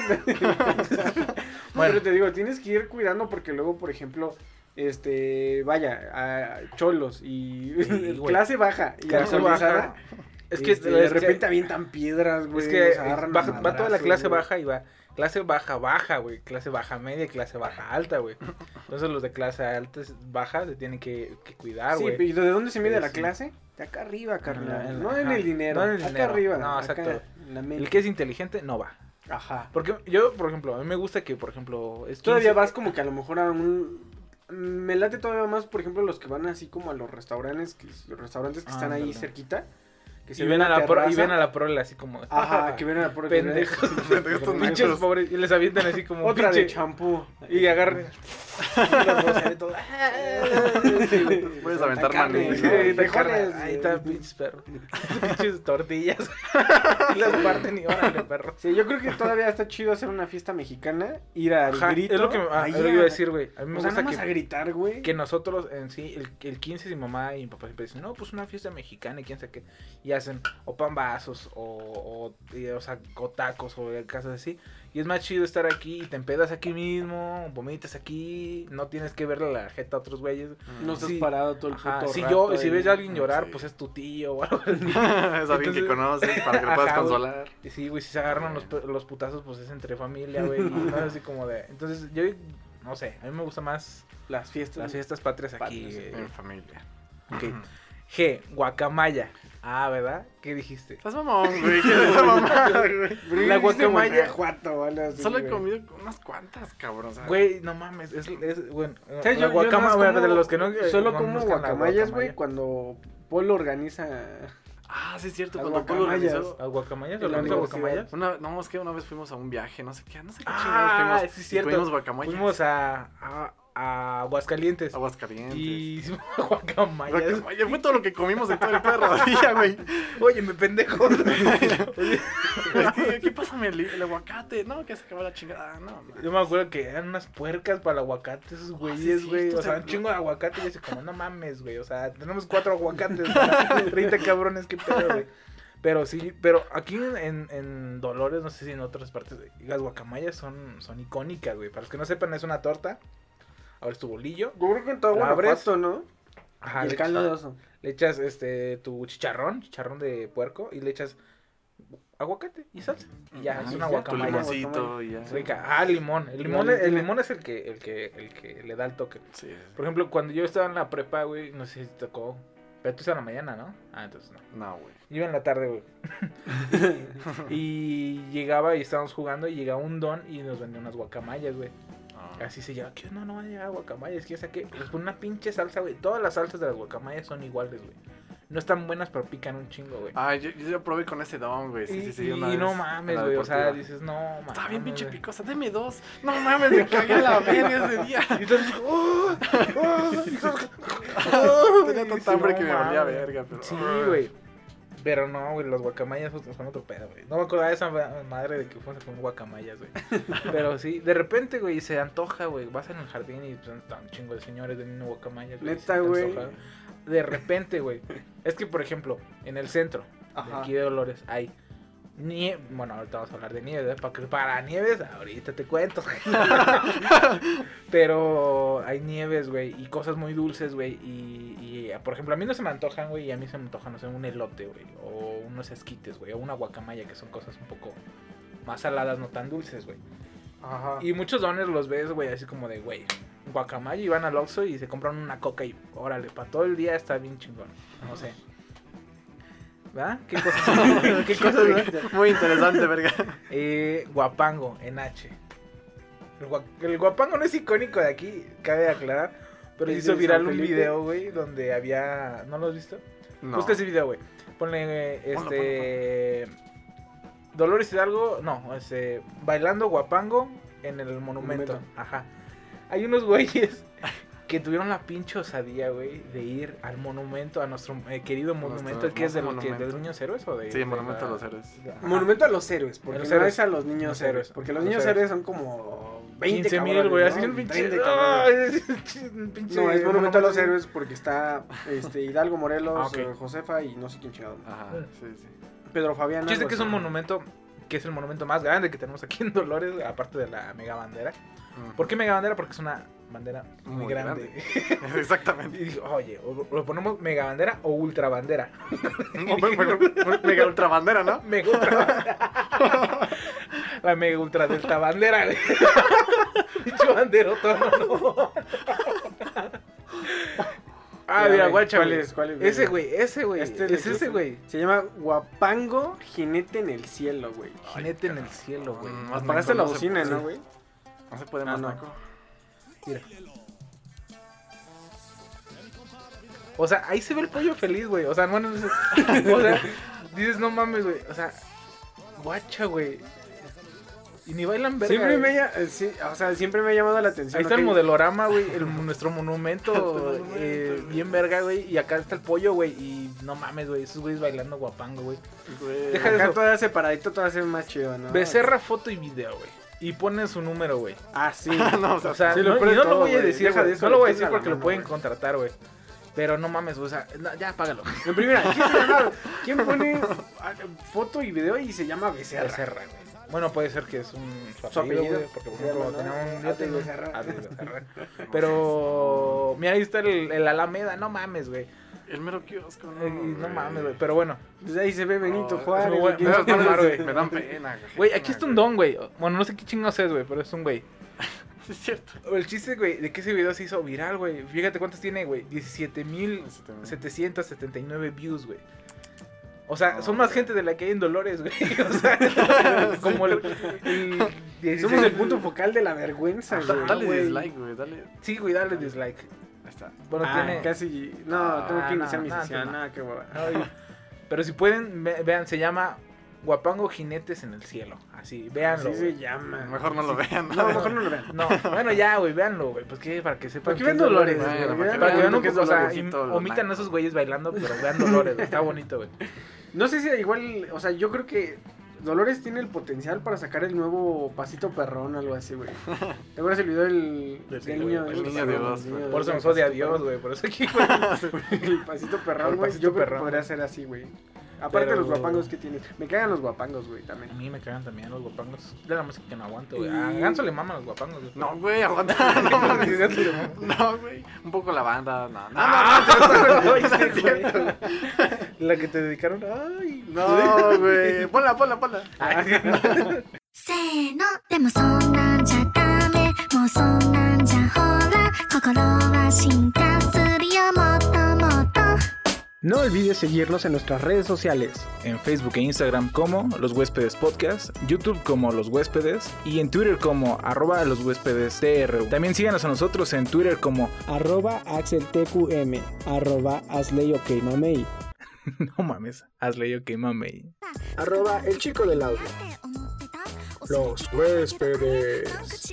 Bueno. Pero te digo, tienes que ir cuidando porque luego, por ejemplo, vaya, a cholos y Sí, güey. clase baja y Clase alcoholizada, baja. Es que de repente avientan piedras, güey. es que los agarran a va toda la madrazos, clase güey. baja y va clase baja, güey, clase baja media y clase baja alta, güey. Entonces los de clase alta baja se tienen que cuidar, Sí, güey. ¿y de dónde se mide Sí, la sí. clase? De acá arriba, carnal. En la- No en ajá. el dinero, No en el acá dinero. arriba. No, acá exacto. en la mente. El que es inteligente no va. Ajá. Porque yo, por ejemplo, a mí me gusta que, por ejemplo, es Todavía 15. vas como que a lo mejor a un... Me late todavía más, por ejemplo, los que van así como a los restaurantes que están ahí Ándale. cerquita. Que Y ven a la terraza. y ven a la prole así como... Ajá, que ven a la pro. Pendejos. Estos Pinches nacos. pobres. Y les avientan así como Otra de pinche- champú. Y agarran... y las bolsas y todo. Puedes aventar carne, maní. ¿no? Sí, frijoles, ahí está, pinches perros. Pinches tortillas. Y las parten y órale, perro. Sí, yo creo que todavía está chido hacer una fiesta mexicana, ir al Ajá, grito. es lo que ahí es lo que iba a decir, güey. A mí me O sea, gusta nada más a gritar, güey. que nosotros en sí, el 15 mi mamá y mi papá siempre dicen, no, pues una fiesta mexicana y quién sabe qué. Y hacen o pambazos o sea, o tacos o cosas así. Y es más chido estar aquí y te empedas aquí mismo, vomitas aquí, no tienes que verle la jeta a otros güeyes. No estás Sí. parado todo el Ajá, puto si rato si ahí. ves a alguien llorar, Sí. pues es tu tío o algo así. Es alguien que Entonces- conoces para que lo puedas Ajá, güey. consolar. Y sí, güey, si se agarran los putazos, pues es entre familia, güey. Y no es así como de... Entonces, yo, no sé, a mí me gusta más Las fiestas. las fiestas patrias aquí. Patrias, En familia. Ok. G, guacamaya. Ah, ¿verdad? ¿Qué dijiste? Estás mamón, güey. ¿Qué es esa mamada, güey? Pero La yo hice guacamaya- Guanajuato, o algo así, Solo he güey. comido unas cuantas, cabrón. ¿sabes? Güey, no mames, bueno, ¿Sabes? la Yo guacama, nada más güey, como- de los que no Solo no como conozcan la guacamayas, güey, guacamaya. cuando Polo organiza... Ah, sí es cierto. Las Cuando Polo guacamayas. organizó... ¿Las guacamayas? En la ¿Organiza universidad. guacamayas? No, es que una vez fuimos a un viaje, no sé qué Ah, chingados sí, fuimos. cierto. Y comimos guacamayas. Fuimos a Aguascalientes. Aguascalientes. Y hicimos guacamayas. Guacamaya, fue todo lo que comimos en todo el perro día, güey. Oye, me pendejo. Oye, ¿Qué pasa, el aguacate? No, que se acabó la chingada. No, man. yo me acuerdo que eran unas puercas para el aguacate, esos güeyes, sí, güey. esto O sea, se- un chingo de aguacate. Y así como, no mames, güey. O sea, tenemos 4 aguacates para 30 cabrones, qué pedo, güey. Pero sí, pero aquí en Dolores, no sé si en otras partes, las guacamayas son icónicas, güey. Para los que no sepan, es una torta. Ahora es tu bolillo. Yo creo que en todo La abres. Guanajuato, ¿no? Ajá, Y el caldo de oso. le echas tu chicharrón de puerco y le echas aguacate y salsa. Y ya, es una Tu guacamaya. limoncito y ya. Es rica. Ah, limón. El limón es el que le da el toque. Sí. Por ejemplo, cuando yo estaba en la prepa, güey, no sé si te tocó. Pero tú estabas en la mañana, ¿no? Ah, entonces no. No, güey. Yo iba en la tarde, güey. Y llegaba y estábamos jugando y llegaba un don y nos vendía unas guacamayas, güey. Ah. Así se llama. ¿Qué? No van a llegar guacamayas. ¿Qué saqué? Les pone una pinche salsa, güey. Todas las salsas de las guacamayas son iguales, güey. No están buenas, pero pican un chingo, güey. Ah, yo probé con ese don, güey. Sí, una y no vez mames, en la güey. O sea, deportiva. dices, no mames. Estaba bien pinche güey. picosa, deme 2. No mames, me cagué a la verga ese día. Y entonces, Tenía tanta hambre que me valía verga, pero. Sí, güey. Pero no, güey, los guacamayas son otro pedo, güey. No me acordaba de esa madre de que fuimos a comer guacamayas, güey. Pero sí, de repente, güey, se antoja, güey. Vas en el jardín y pues, están un chingo de señores vendiendo guacamayas. güey, Neta, se te güey. antoja. De repente, güey. Es que, por ejemplo, en el centro, de Ajá. aquí de Dolores, hay nieve. Bueno, ahorita vamos a hablar de nieve, ¿eh? Para nieves, ahorita te cuento. Pero hay nieves, güey, y cosas muy dulces, güey. Y, por ejemplo, a mí no se me antojan, güey, y a mí se me antojan, no sé, un elote, güey, o unos esquites, güey, o una guacamaya, que son cosas un poco más saladas, no tan dulces, güey. Ajá. Y muchos dones los ves, güey, así como de, güey, guacamaya, y van al Oxxo y se compran una coca y, órale, para todo el día está bien chingón, no sé. ¿Verdad? ¿Qué cosas? ¿Qué cosas, güey? Muy interesante, verga. Guapango, en H. El guapango no es icónico de aquí, cabe aclarar. Pero ¿Es hizo de viral San un Felipe? video, güey, donde había... ¿No lo has visto? No. Busca ese video, güey. Ponle, Dolores Hidalgo, no, bailando guapango en el monumento. Ajá. Hay unos güeyes que tuvieron la pinche osadía, güey, de ir al monumento, a nuestro querido monumento, que es de hermoso los monumento. niños héroes o de... Sí, de Monumento la- a los Héroes. Ajá. Monumento a los héroes, porque Los no héroes. es a los niños Los héroes. héroes. Porque los Los niños héroes. héroes son como 20 15,000, cabrones, güey, ¿no? así un pinche... 30 cabrones. un pinche No, es monumento a los así. héroes porque está Hidalgo, Morelos, Ah, ok. Josefa y no sé quién chingado. Ajá, sí, sí. Pedro Fabián. Chiste algo que es un así. monumento, que es el monumento más grande que tenemos aquí en Dolores, aparte de la mega bandera. Mm. ¿Por qué mega bandera? Porque es una bandera muy grande. Exactamente. Y dije, oye, o lo ponemos mega bandera o ultra bandera. Mega ultra bandera, ¿no? Mega ultra bandera. La mega ultra delta bandera, güey. Dicho banderota, no. Ah, Ya, mira, güey, guacha, ¿cuál güey. es? ¿Cuál es? Ese güey. Este Es de ese, güey. Se llama Guapango Jinete en el Cielo, güey. Jinete en el cielo, güey. Más Apagaste naco la no se bocina, puede. ¿no, güey? No se puede Ah, más no. naco. Mira. O sea, ahí se ve el pollo feliz, güey. O sea, no, o sea, dices, no mames, güey. O sea, guacha, güey. Y ni bailan verga. Siempre güey. sí, o sea, siempre me ha llamado la atención. Ahí está el ok. modelorama, güey. Nuestro monumento, bien verga, güey. Y acá está el pollo, güey. Y no mames, güey. Esos güeyes bailando guapango, güey. Güey. Deja de Acá eso. todavía separadito, todavía se ve más chido, ¿no? Becerra, foto y video, güey. Y ponen su número, güey. Ah, sí. No, O sea, sí, no, lo peor y de no lo todo, voy a güey. decir, Deja güey. de eso, No lo voy a le decir pones a la porque lo mano, pueden güey. contratar, güey. Pero no mames, o sea, no, ya págalo. En primera, ¿quién pone foto y video y se llama Becerra? Becerra, güey. Bueno, puede ser que es su apellido. apellido, güey, porque por Sí, ejemplo ¿no? tenía un... Adel yo tengo- Becerra. Adel Becerra. Pero, mira, ahí está el Alameda, no mames, güey. El mero kiosco, No mames, güey, pero bueno. Pues ahí se ve Benito Oh, Juárez. es muy bueno. ¿quién Me se da llama? pena, güey. Me dan pena, güey. Güey, aquí está un don, güey. Bueno, no sé qué chingados es, güey, pero es un güey. Sí, es cierto. El chiste, güey, de que ese video se hizo viral, güey. Fíjate cuántos tiene, güey. 17,779 views, güey. O sea, son más gente de la que hay en Dolores, güey. O sea, como el 16. Somos el punto focal de la vergüenza, güey. Dale güey. dislike, güey, dale. Sí, güey, dale dislike. Ahí está. Bueno, Ah, tiene... casi. No, tengo que no, iniciar mi no, sesión. no. Nada, qué hueva. No, pero si pueden, vean, se llama Guapango Jinetes en el Cielo. Así, véanlo. Así güey. se llama. Mejor no lo vean. No, mejor no lo vean. No, bueno, ya, güey, véanlo, güey. Pues que para que sepan. Porque qué vean es Dolores, güey, güey. para que Para que vean un qué es poco, o sea, Dolores. omitan a esos güeyes bailando, pero vean Dolores, güey, está bonito, güey. No sé si igual, o sea, yo creo que Dolores tiene el potencial para sacar el nuevo Pasito Perrón o algo así, güey. ¿Te acuerdas el video del Sí, niño? güey, el niño Dios, güey. Por eso nos odia a Dios, güey, por eso aquí, güey. El Pasito Por Perrón, el güey. Pasito Yo creo que Perrón, podría güey. ser así, güey. Aparte Pero- los guapangos que tienes. Me cagan los guapangos, güey, también. A mí me cagan también los guapangos. De la música que no aguanto, güey. A Ganso le maman los guapangos, güey. No, güey, aguanta. No, mames. Ganso le maman. No, güey. Un poco la banda. No, Ay, sí, güey. La que te dedicaron. Ay, no, güey. Ponla. せーのでもそんなんじゃダメもうそんなんじゃほら心は進化するよもっともっと No olvides seguirnos en nuestras redes sociales. En Facebook e Instagram como Los Huéspedes Podcast, YouTube como Los Huéspedes y en Twitter como @loshuéspedes_tru. También síganos a nosotros en Twitter como @AxelTQM, @AsleyOkMamey, no mames, hazle yo que mame. @El Chico del Audio. Los Huéspedes.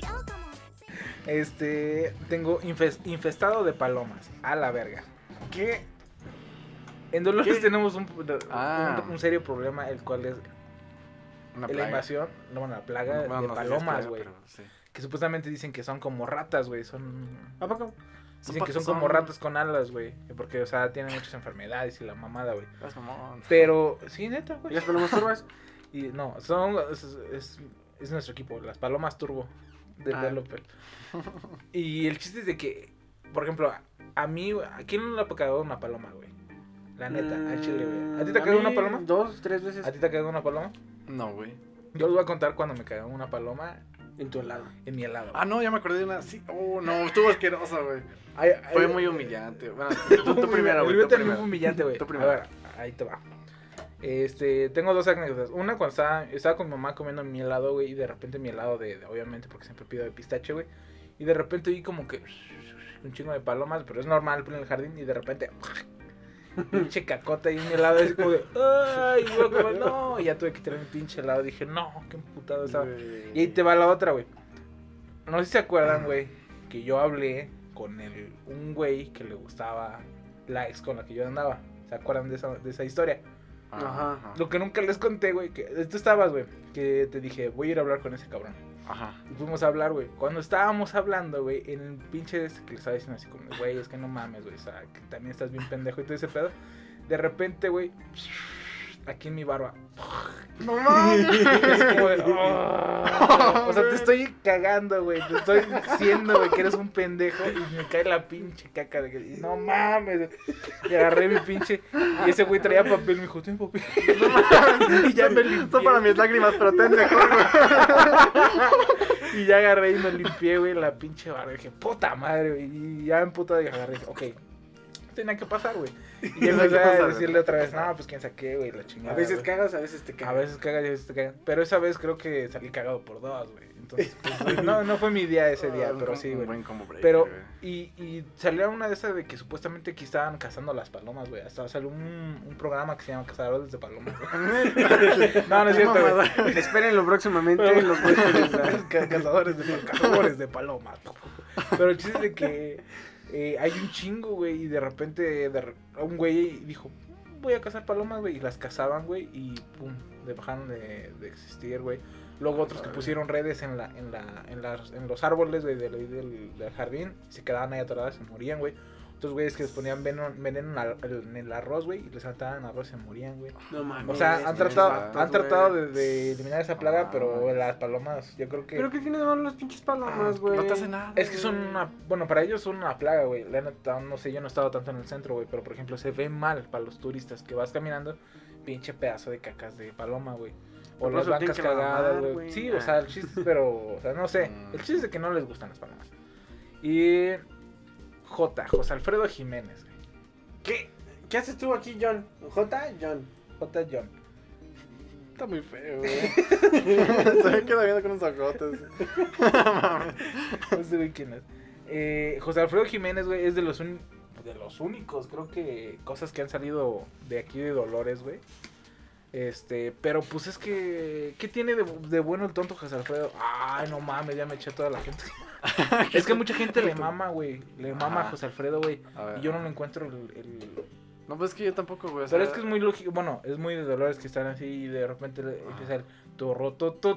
Tengo infestado de palomas. A la verga. ¿Qué? En Dolores ¿Qué? tenemos un serio problema, el cual es Una la plaga. invasión, no, la plaga Bueno, de no sé si es palomas, plaga, güey. pero sí. Que supuestamente dicen que son como ratas, güey. ¿A poco? Dicen que son como ratas con alas, güey. Porque, o sea, tienen muchas enfermedades y la mamada, güey. Es mamón. Pero, sí, neta, ¿Y güey. las palomas turbas? Y no, es nuestro equipo, las palomas turbo de Developer. Y el chiste es de que, por ejemplo, a mí, ¿a quién no le ha cagado una paloma, güey? La neta, al chile, güey. ¿A ti te ha cagado mí una paloma? 2, 3 veces ¿A ti te ha cagado una paloma? No, güey. Yo les voy a contar cuando me cagó una paloma en tu helado. en mi helado. Ah, no, ya me acordé de una. Sí. Oh, no, estuvo asquerosa, güey. Ay, Fue ay, muy humillante. Bueno, tú primero, El güey. video Tú también primero. fue humillante, güey. Tú A primero. ver, ahí te va. Tengo dos anécdotas. Una cuando estaba con mi mamá comiendo mi helado, güey, y de repente mi helado obviamente, porque siempre pido de pistache, güey. Y de repente vi como que un chingo de palomas, pero es normal en el jardín, y de repente pinche cacota y un helado así como de ay, y yo como no, y ya tuve que tirar mi pinche helado. Dije, no, qué emputado estaba. Y ahí te va la otra, güey. No sé si se acuerdan, güey, que yo hablé con un güey que le gustaba la ex con la que yo andaba. ¿Se acuerdan de esa historia? Ajá. Lo que nunca les conté, güey, que tú estabas, güey, que te dije, voy a ir a hablar con ese cabrón. Ajá. Y fuimos a hablar, güey. Cuando estábamos hablando, güey, en el pinche que le estaba diciendo así como, güey, es que no mames, güey, o sea, que también estás bien pendejo y todo ese pedo. De repente, güey, aquí en mi barba. No mames. Es como de, "Oh". O sea, te estoy cagando, güey. Te estoy diciendo, güey, que eres un pendejo. Y me cae la pinche caca de que, no mames. Y agarré mi pinche. Y ese güey traía papel. Me dijo, ten papel. Y ya me limpié. Son para mis lágrimas, pero ten mejor, güey. Y ya agarré y me limpié, güey, la pinche barba. Y dije, puta madre, güey. Y ya en puta agarré. Ok. Tenía que pasar, güey. Y Tenía empecé que a pasar, decirle otra vez, no, pues quién saqué, güey, la chingada. A veces güey. cagas, a veces te A cagas. veces cagas y a veces te cagan. Pero esa vez creo que salí cagado por dos, güey. Entonces, pues, no fue mi día ese día, pero sí, Un güey. buen combo breaker, Pero, güey. y salió una de esas de que supuestamente aquí estaban cazando las palomas, güey. Hasta salió un programa que se llama Cazadores de Palomas, güey. No, no es cierto, güey. Espérenlo próximamente en los huéspedes. Cazadores de palomas. Pero el chiste es de que hay un chingo, güey, y de repente un güey dijo, voy a cazar palomas, güey, y las cazaban, güey, y pum, dejaron de existir, güey. Luego otros que pusieron redes en los árboles, güey, del jardín, y se quedaban ahí atoradas, se morían, güey. Otros güeyes que les ponían veneno en el arroz, güey, y les saltaban arroz y se morían, güey. No mames. O sea, han tratado de eliminar esa plaga, Ah, pero güey. las palomas, yo creo que... Pero ¿qué tiene de malo las pinches palomas, güey? No te hace nada. Es que son bueno, para ellos son una plaga, güey. La neta, no sé, yo no he estado tanto en el centro, güey, pero por ejemplo se ve mal para los turistas que vas caminando, pinche pedazo de cacas de paloma, güey. O Por las eso bancas tienen que cagadas, mamar, güey. güey. Sí, o sea, el chiste, pero, o sea, no sé. El chiste es de que no les gustan las palomas. Y José Alfredo Jiménez, güey. ¿Qué haces tú aquí, John? J. John. John. Está muy feo, güey. Se me queda viendo con unos ojotes. No sé güey quién es. José Alfredo Jiménez, güey, es de los únicos, creo que, cosas que han salido de aquí de Dolores, güey. Pero pues es que... ¿Qué tiene de bueno el tonto José Alfredo? Ay, no mames, ya me eché a toda la gente. Es que mucha gente le mama, güey. Le mama a José Alfredo, güey. Y yo no le encuentro el... No, pues es que yo tampoco, güey. Pero es que es muy lógico, bueno, es muy de Dolores que están así y de repente empieza el torro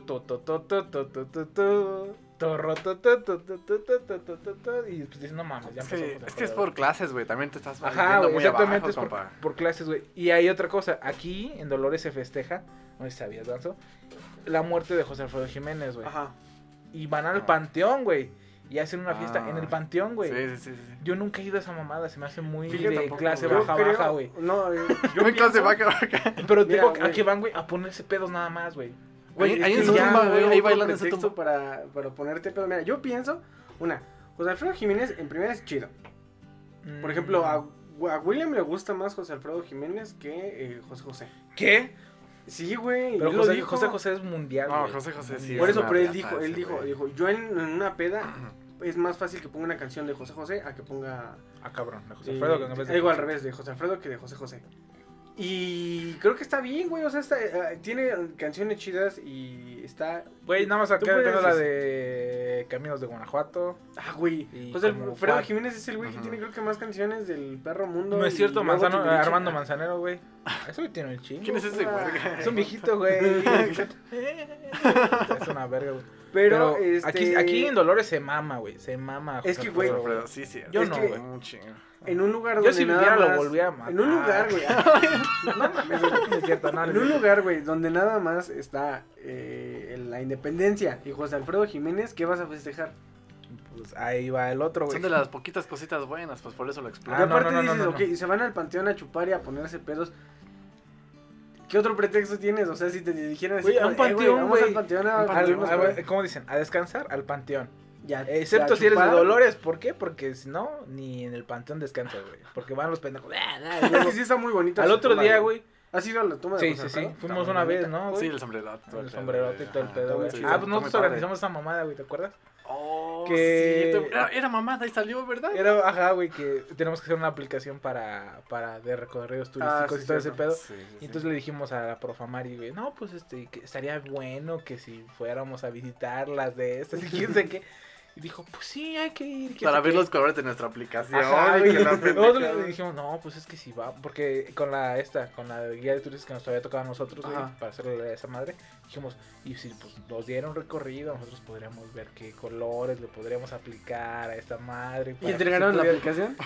y pues dices, no mames, ya empezó. Es que es por clases, güey, también te estás ajá, yendo güey, muy exactamente, abajo, es compa. por clases, güey. Y hay otra cosa, aquí en Dolores se festeja, no sé si sabías, Danzo, la muerte de José Alfredo Jiménez, güey. Ajá. Y van al panteón, güey. Y hacen una fiesta en el panteón, güey. Sí. Yo nunca he ido a esa mamada, se me hace muy Fíjate, de tampoco, clase güey. baja, güey. No, Yo en clase baja. Pero Mira, digo, güey. ¿a qué van, güey? A ponerse pedos nada más, güey. Güey, ahí es en que su ya, tumba, güey, ahí otro bailan en su pretexto tumba. para ponerte pedo. Mira, yo pienso, José Alfredo Jiménez en primera es chido. Por ejemplo, a William le gusta más José Alfredo Jiménez que José José. ¿Qué? Sí, güey. Pero él lo dijo. José José es mundial, No, güey. José sí. Por es eso, una pero él riata ese, dijo, güey. yo en una peda es más fácil que ponga una canción de José José a que ponga... Ah, cabrón, de José Alfredo, que en vez de... Digo al revés, de José Alfredo que de José José. Y creo que está bien, güey, o sea, tiene canciones chidas y está... Güey, nada más Tú acá puedes tengo la decir- de Caminos de Guanajuato. Ah, güey. Y Pues como Alfredo Juan. Jiménez es el güey que tiene creo que más canciones del perro mundo. No es cierto, y luego Manzano, Timbiriche. Armando Manzanero, güey. Eso güey tiene un chingo. ¿Quién es ese, güey? Es un viejito, güey. Es una verga, güey. Pero, aquí en Dolores se mama, güey. Se mama. Es José que, güey, Alfredo, Pero sí. Yo Es no, que- güey. Un chingo. en un lugar Yo donde si nada viviera más... lo volvía a matar. En un lugar, güey. No mames, güey, no es cierto, no. En un lugar, güey, donde nada más está la independencia y José Alfredo Jiménez, ¿qué vas a festejar? Pues ahí va el otro, güey. Son de las poquitas cositas buenas, pues por eso lo Y explota. Ah, no, aparte no, dices, no. ok, y se van al panteón a chupar y a ponerse pedos. ¿Qué otro pretexto tienes? O sea, si te dijeran así, Güey, a un como, panteón, vamos güey. al panteón a Al- ponernos pedos. ¿Cómo dicen? A descansar al panteón. Ya, Excepto ya si eres de chupar. Dolores. ¿Por qué? Porque si no, ni en el panteón descansas, güey. Porque van los pendejos. Es que sí está muy bonito. Al su otro tumba, día, güey. ¿Has ido a la tumba de Sí, José sí, sí. Alfredo? Fuimos Está una muy vez, bonita. ¿no, güey? Sí, el sombrerote. todo El pedo, sombrerote y todo el ajá, pedo, güey. muy chido. Ah, pues Está nosotros muy padre. organizamos esa mamada, güey, ¿te acuerdas? Oh, Que- sí. Era mamada y salió, ¿verdad? Era, ajá, güey, que tenemos que hacer una aplicación para de recorridos turísticos sí, y todo ese cierto. pedo. Sí, Y entonces le dijimos a la Profamari, güey, no, pues que estaría bueno que si fuéramos a visitar las de estas y quién sé qué. Y dijo, pues sí, hay que ir. quién Para sé ver qué. los colores de nuestra aplicación. Ajá, y güey. que la Nosotros pendejada. le dijimos, no, pues es que sí va. Porque con la guía de turistas que nos había tocado a nosotros, güey, Ajá. para hacerle a esa madre, dijimos, y si pues nos diera un recorrido, nosotros podríamos ver qué colores le podríamos aplicar a esta madre. ¿Y para que entregaron se la pudiera- aplicación?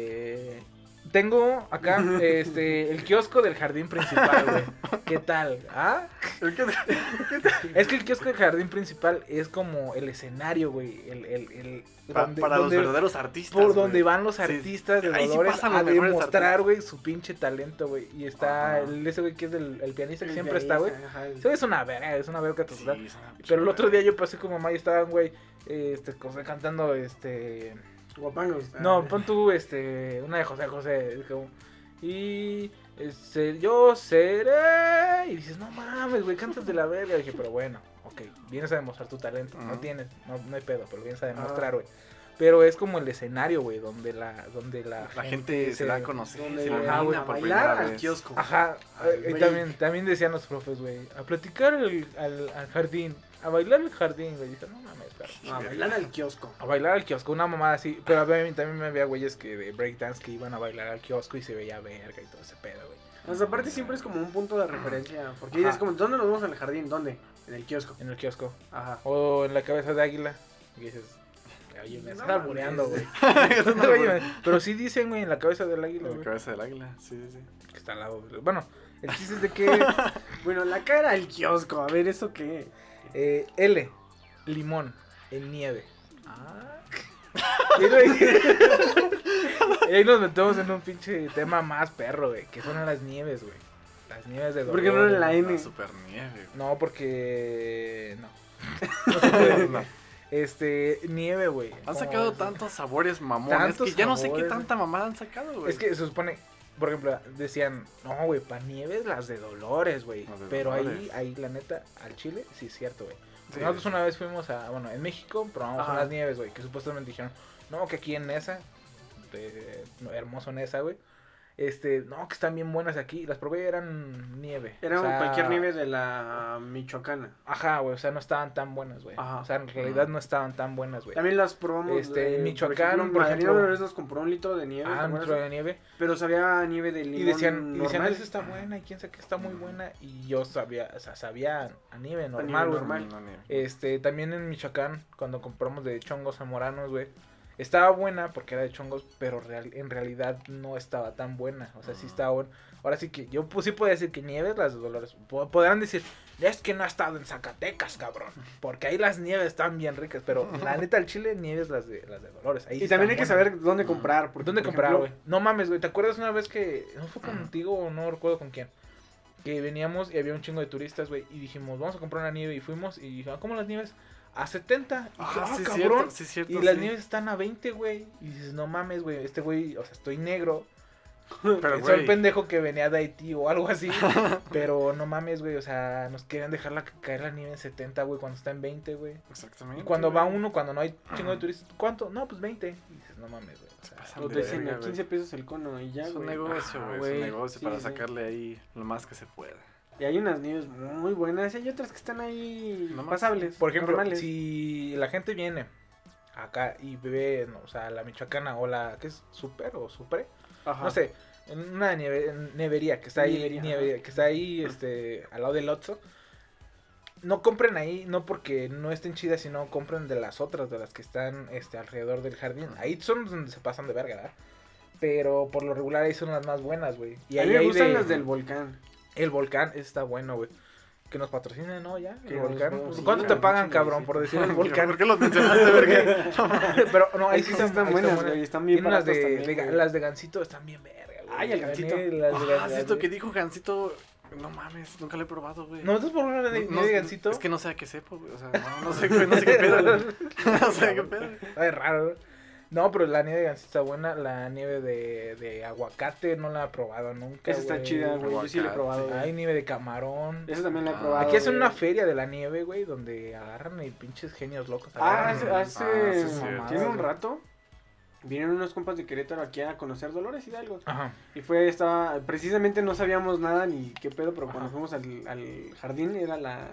Tengo acá el kiosco del jardín principal, güey. ¿Qué tal? ¿Ah? Es que el kiosco del jardín principal es como el escenario, güey. Para los verdaderos artistas. por güey. donde van los Sí. artistas de Ahí sí Dolores pasan a los mejores demostrar, güey, su pinche talento, güey. Y está Ajá. ese güey que es el pianista que El siempre está, güey. pianista, ajá, el- Ese güey es una verga Sí, total. es una Pero el chingada. otro día yo pasé con mamá y estaban, güey, cantando, Guapangos. no, pon tú, una de José José, es como, y yo seré, y dices, no mames, güey, cantas de la verga, y dije, pero bueno, ok, vienes a demostrar tu talento, no Ajá. tienes, no hay pedo, pero vienes a demostrar, güey, pero es como el escenario, güey, donde la La gente se da a conocer. Donde se le Ajá, van güey, a por bailar primera al vez. kiosco. Ajá, y Güey. también decían los profes, güey, a platicar al jardín, a bailar al jardín, güey, dije, no mames, pero... No, a bailar al kiosco. A bailar al kiosco, una mamada así. Pero también me había güeyes que de breakdance que iban a bailar al kiosco y se veía verga y todo ese pedo, güey. O sea, aparte siempre es como un punto de referencia. Porque Ajá. es como, ¿dónde nos vemos en el jardín? ¿Dónde? En el kiosco. En el kiosco. Ajá. O en la cabeza de águila. Y dices, oye, me No estás albureando, güey. mames. Oye, pero sí dicen, güey, en la cabeza del águila, La güey. cabeza del águila, sí. Que está al lado. Bueno, el chiste es de que Bueno, la cara al kiosco. A ver, ¿eso qué? L, limón, en nieve. Ah. Y ahí nos metemos en un pinche tema más perro, güey. Que son las nieves, güey. Las nieves de ¿Por qué no Dolores, en la güey. N? La super nieve. No, porque. No. No se puede. Nieve, güey. Han Como- sacado tantos sabores mamones Tantos que ya no sé qué sabores, tanta mamada han sacado, güey. Es que se supone. Por ejemplo, decían, no, güey, pa' nieves las de Dolores, güey. Las de Pero Dolores. ahí, la neta, al Chile, sí es cierto, güey. Sí. Nosotros una vez fuimos bueno, en México probamos Ajá. unas nieves, güey, que supuestamente dijeron, no, que aquí en Nesa, hermoso Nesa, güey, No, que están bien buenas aquí. Las probé, eran nieve. Era o sea, cualquier nieve de la Michoacana. Ajá, güey, o sea, no estaban tan buenas, güey. Ajá. O sea, en realidad no estaban tan buenas, güey. También las probamos. En Michoacán, por Madrid ejemplo. una vez nos compró un litro de nieve. ¿te Un acuerdas? litro de nieve. Pero sabía nieve de limón Y decían, normal. esa está buena, y quién sabe que está muy buena. Y yo sabía, o sea, sabía a nieve nieve normal, güey. normal. No, ni- También en Michoacán, cuando compramos de chongos zamoranos, güey. Estaba buena porque era de chongos, pero en realidad no estaba tan buena. O sea, sí estaba buena. Ahora sí que yo pues, sí puedo decir que nieves, las de Dolores. Podrán decir, es que no ha estado en Zacatecas, cabrón. Porque ahí las nieves están bien ricas. Pero la neta, el chile, nieves las de Dolores. Ahí Y sí también hay están que buenas. saber dónde comprar. Porque, ¿Dónde por comprar, ejemplo, güey? No mames, güey. ¿Te acuerdas una vez que... No fue contigo o no recuerdo con quién? Que veníamos y había un chingo de turistas, güey. Y dijimos, vamos a comprar una nieve. Y fuimos y dijimos, ¿cómo las nieves? A 70. Y dije, sí, cabrón. cierto, sí, cierto, Y las sí. nieves están a 20, güey. Y dices, no mames, güey. Este güey, o sea, estoy negro. Pero, Soy güey, el pendejo que venía de Haití o algo así. Pero no mames, güey. O sea, nos querían dejar caer la nieve en 70, güey, cuando está en 20, güey. exactamente. Y cuando va güey. uno, cuando no hay chingo de turistas, ¿cuánto? No, pues 20. Y dices, no mames, güey. O sea, Pasan O de te dicen verga, a güey. 15 pesos el cono y ya, Es un güey. negocio, Ajá, güey. Es güey. un negocio Sí, para sí. sacarle ahí lo más que se pueda. Y hay unas nieves muy buenas y hay otras que están ahí No más. pasables. por ejemplo, normales. si la gente viene acá y bebe, no, o sea, la Michoacana o la, ¿qué es? ¿Super o Supre? Ajá. No sé, en una nevería que está ahí, Nievería, que está ahí, al lado del Otso. No compren ahí, no porque no estén chidas, sino compren de las otras, de las que están, alrededor del jardín. Ahí son donde se pasan de verga, ¿verdad? Pero por lo regular ahí son las más buenas, güey. Y a ahí mí me hay gustan de- las del volcán. El volcán, ese está bueno, güey. Que nos patrocinen, ¿no? Ya, Que el nos- volcán. sí, ¿Cuánto la te pagan, pinche cabrón, sí. por decir el volcán? ¿Por qué los mencionaste, verga? Pero no, ahí Ahí sí sí están buenas, güey. Están bien Tienen las baratas de, también, güey. las de Gansito están bien verga, güey. Ay, el La Gansito. nieve, las de Ah, Gansito. sí, esto que dijo Gansito. No mames, nunca lo he probado, güey. ¿No estás por una de, de Gansito? Es que no sé a qué sepo, güey. O sea, no sé, güey, no sé qué pedo, güey. No sé qué pedo. Es raro, güey. No, pero la nieve de Gansito está buena. La nieve de aguacate no la he probado nunca, Esa está güey. chida, güey. Yo sí la he probado, Hay güey. nieve de camarón. Esa también la he Ah, probado. Aquí hacen güey. una feria de la nieve, güey, donde agarran y pinches genios locos. Ah, agarran hace sí, es cierto. tiene un rato. Vinieron unos compas de Querétaro aquí a conocer Dolores Hidalgo. Ajá. Y precisamente no sabíamos nada ni qué pedo, pero cuando fuimos al jardín era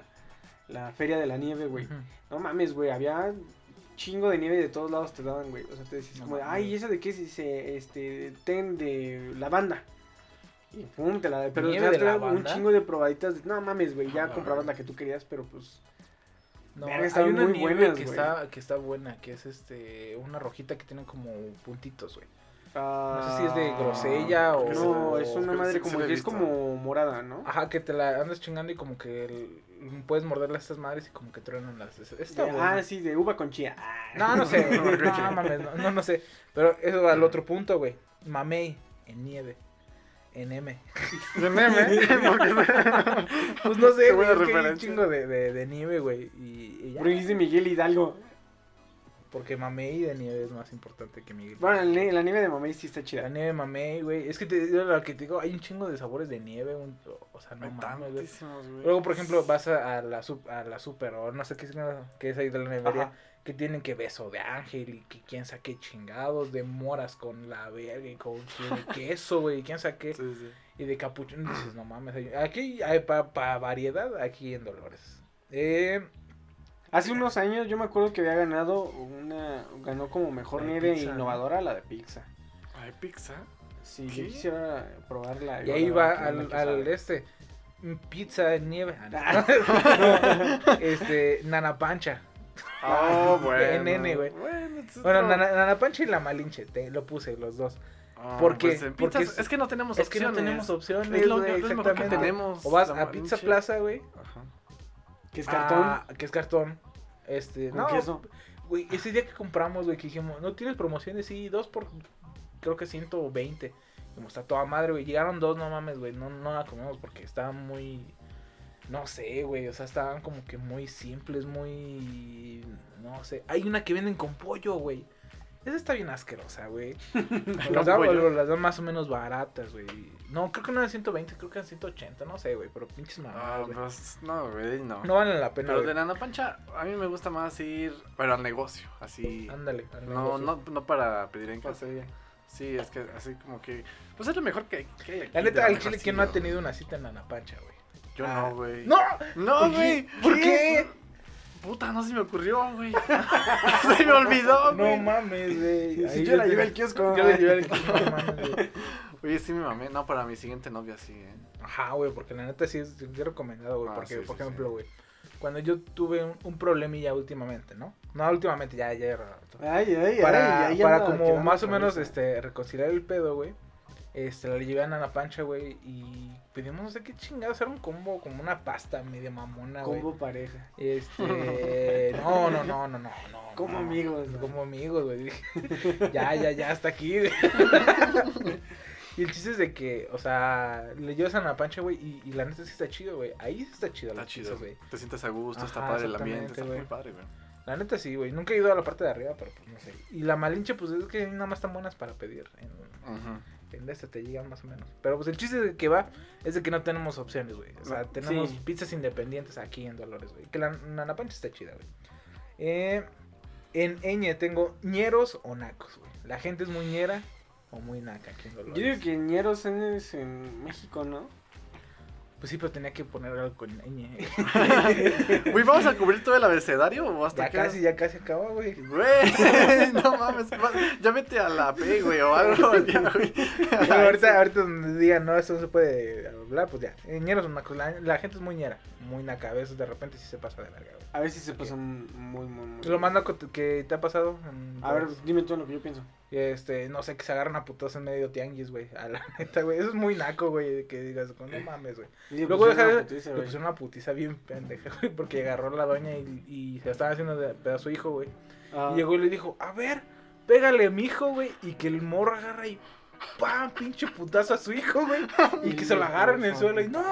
la feria de la nieve, güey. Ujú. No mames, güey, había chingo de nieve y de todos lados te daban, güey. O sea, te decías No como, de, mames. ay, ¿y esa de qué es? Dice, ten de lavanda. Y pum, te la da. Pero ¿Nieve ya de te daban un lavanda? chingo de probaditas. No mames, güey, ya No, comprabas la que tú querías, pero pues... No, Verga, hay están una muy nieve buenas, que güey. está buena, que es una rojita que tiene como puntitos, güey. No sé si es de grosella o... No, es una creo madre que como sí la he que es visto. como morada, ¿no? Ajá, que te la andas chingando y como que puedes morderle a estas madres y como que truenan las... Está buena. Ah, sí, de uva con chía. Ah. No, no sé, güey, no mames, no sé. Pero eso va al otro punto, güey. Mamey en nieve. En M. Pues no sé, Qué güey, buena es que hay un referencia. chingo de nieve, güey. Y ya. Pero dijiste Miguel Hidalgo. Porque Mamey de nieve es más importante que Miguel. Bueno, la nieve de mamey sí está La chida. nieve de Mamey, güey. Es que lo que te digo, hay un chingo de sabores de nieve. O sea, no Hay mames, güey. tantísimos, güey. Luego, por ejemplo, vas a la super o no sé qué es ahí de la nevería. Ajá. Que tienen que beso de ángel y que quién sabe qué chingados de moras con la verga y con de queso, güey, quién sabe qué. Sí, sí. Y de capuchón, dices, no mames. Aquí hay para variedad, aquí en Dolores. Hace unos años yo me acuerdo que había ganado ganó como mejor La de nieve pizza, ¿no? innovadora la de pizza. ¿Hay pizza? Sí, ¿Qué? yo quisiera probarla. Y ahí igual, va a ver qué al sabe. pizza de nieve. No. Nana Pancha. Oh, bueno. NN, güey. Bueno, es Bueno, otro- Nana Pancha y la Malinche, lo puse los dos. Ah, ¿por qué? pues en Porque pizzas- es que no tenemos Es que opciones. no tenemos opciones, Es lo güey, mejor que exactamente. tenemos. O vas la a Pizza Malinche. Plaza, güey. Ajá. Que es cartón. Que es cartón. Con No, queso. güey, ese día que compramos, güey, que dijimos, ¿no tienes promociones? Sí, 2 por, creo que 120. Como está toda madre, güey. Llegaron 2, no mames, güey. No la comemos porque estaban muy... No sé, güey. O sea, estaban como que muy simples, muy... No sé. Hay una que venden con pollo, güey. Esa está bien asquerosa, güey. Las dan más o menos baratas, güey. No, creo que no eran 120, creo que eran 180, no sé, güey. Pero pinches Ah, mamadas, güey. pues, no, güey, no. No valen la pena, Pero güey. de Nana Pancha, a mí me gusta más ir, pero al negocio, así. Ándale. No para pedir en casa. Sí, es que así como que... Pues es lo mejor que hay aquí. La de neta, lo al chile, ¿quién no ha tenido una cita en Nanapancha, güey? Yo no, güey. ¡No! No, güey. ¿Por qué? Puta, no se me ocurrió, güey. Se me olvidó, No güey. mames, güey. Si Ahí yo la te- llevé al kiosco. Yo la llevé al kiosco, no mames, güey. Oye, sí me mamé. No, para mi siguiente novia sí, Ajá, güey, porque la neta sí es recomendado, güey. Ah, Porque, sí, por sí, ejemplo, güey, cuando yo tuve un problemilla últimamente, ¿no? No, últimamente, ya rato. Para como más o menos, reconciliar el pedo, güey. La llevé a Nanapancha, güey, y pedimos no sé qué chingados, era un combo, como una pasta medio mamona, güey. Combo pareja. No. Como no, amigos, ¿no? Como amigos, güey. Dije, ya, hasta aquí, güey. Y el chiste es de que, o sea, le llevas a Nanapancha, güey, y la neta sí está chido, güey. Ahí sí está chido Está las chido. pizzas, güey. Te sientes a gusto, está Ajá, padre el ambiente, está exactamente, muy padre, güey. La neta sí, güey. Nunca he ido a la parte de arriba, pero pues no sé. Y la Malinche, pues es que nada más están buenas para pedir. Ujú. En te llegan más o menos. Pero pues el chiste de que va es de que no tenemos opciones, güey. O sea, No, tenemos sí. pizzas independientes aquí en Dolores, güey. Que la Nanapancha está chida, güey. En Eñe tengo ñeros o nacos, güey. La gente es muy ñera o muy naca aquí en Dolores. Yo digo que ñeros es en México, ¿no? Pues sí, pero tenía que poner algo con Eñe. Güey, ¿vamos a cubrir todo el abecedario o hasta ya casi acaba, güey. Güey, no mames, ya vete a la P, güey, o algo, ya, güey. Bueno, ahorita donde digan, no, eso no se puede hablar, pues ya. Ñeros o nacos, la gente es muy ñera, muy naca. A veces de repente sí se pasa de verga, güey. A ver si se pasan muy. Lo más naco que te ha pasado. A ver, dime tú lo que yo pienso. No sé, que se agarran a putos en medio tianguis, güey. A la neta, güey. Eso es muy naco, güey. Que digas, no mames, güey. Luego deja de. Le pusieron una putiza bien pendeja, güey. Porque agarró la doña y se la estaba haciendo de pedazo a su hijo, güey. Y llegó y le dijo, a ver, pégale a mi hijo, güey. Y que el morro agarra y ¡pam! Pinche putazo a su hijo, güey. Y que se lo agarra en el suelo y no,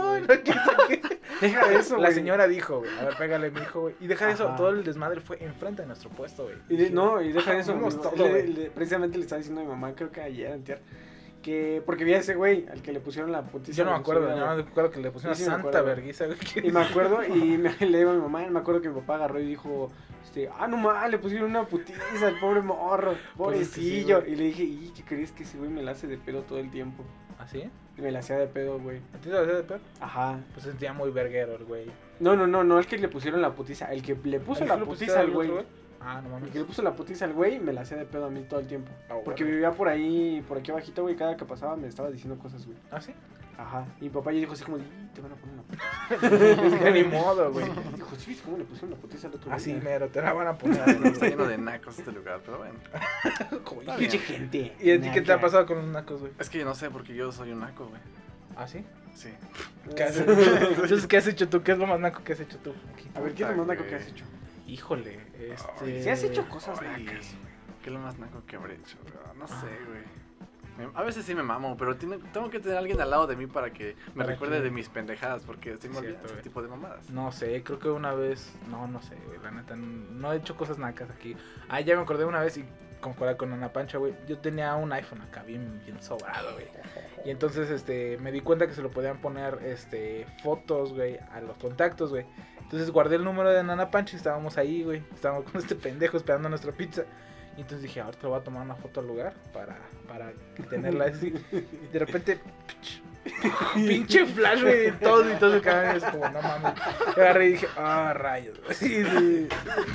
Deja eso, güey. La señora dijo, güey, a ver, pégale a mi hijo, güey. Y deja de eso, Ajá. todo el desmadre fue enfrente de nuestro puesto, güey. Y deja de eso. Vamos mi- todo, precisamente le estaba diciendo a mi mamá, creo que ayer, antier, que porque vi a ese güey al que le pusieron la putiza. Yo no me en su acuerdo, vida, no güey. me acuerdo que le pusieron Sí, una sí me santa acuerdo. verguiza, güey. Y me acuerdo, le digo a mi mamá, me acuerdo que mi papá agarró y dijo, no mames, le pusieron una putiza al pobre morro, Pues es que sí, pobrecillo. güey. Y le dije, ¿y qué crees que ese güey me la hace de pedo todo el tiempo? ¿Así? Y me la hacía de pedo, güey. ¿A ti te lo hacía de pedo? Ajá. Pues se sentía muy verguero el güey. No, el que le pusieron la putiza, el que le puso ¿A la quién le putiza pusiste al al güey. otro, Ah, no El mames. que le puso la putiza al güey me la hacía de pedo a mí todo el tiempo. Ah, Porque bueno. vivía por ahí, por aquí abajito, güey, cada que pasaba me estaba diciendo cosas, güey. ¿Ah, sí? Ajá. Y mi papá ya dijo así como, te van a poner una putiza. Es que ni modo, güey. Dijo, sí, ¿cómo le pusieron la putiza al otro güey? Así mero, te la van a poner. Está lleno de nacos este lugar, pero bueno. Como Está Pinche bien. gente. ¿Y a ti qué te ha naca. pasado con los nacos, güey? Es que yo no sé porque yo soy un naco, güey. ¿Ah, sí? Sí. ¿Qué has hecho? Entonces, ¿qué has hecho tú? ¿Qué es lo más naco que has hecho tú? Aquí. A ver, ¿qué es lo más naco que has hecho? Híjole, Si has hecho cosas Ay, nacas, güey. ¿qué es lo más naco que habré hecho? No sé, güey. A veces sí me mamo, pero tengo que tener a alguien al lado de mí para que me ¿Para recuerde qué? de mis pendejadas, porque estoy mal Cierto, ese güey. tipo de mamadas. No sé, creo que una vez, no sé, güey, la neta, no he hecho cosas nacas aquí. Ah, ya me acordé una vez y con Ana Pancha, güey, yo tenía un iPhone acá bien sobrado, güey. Y entonces, me di cuenta que se lo podían poner, fotos, güey, a los contactos, güey. Entonces guardé el número de Nana Pancha y estábamos ahí, güey. Estábamos con este pendejo esperando nuestra pizza. Y entonces dije, ahorita le voy a tomar una foto al lugar para tenerla así. De repente, pinche flash, güey, todo y todo se quedaban es como, no mames. Y agarré y dije, rayos, güey. Sí.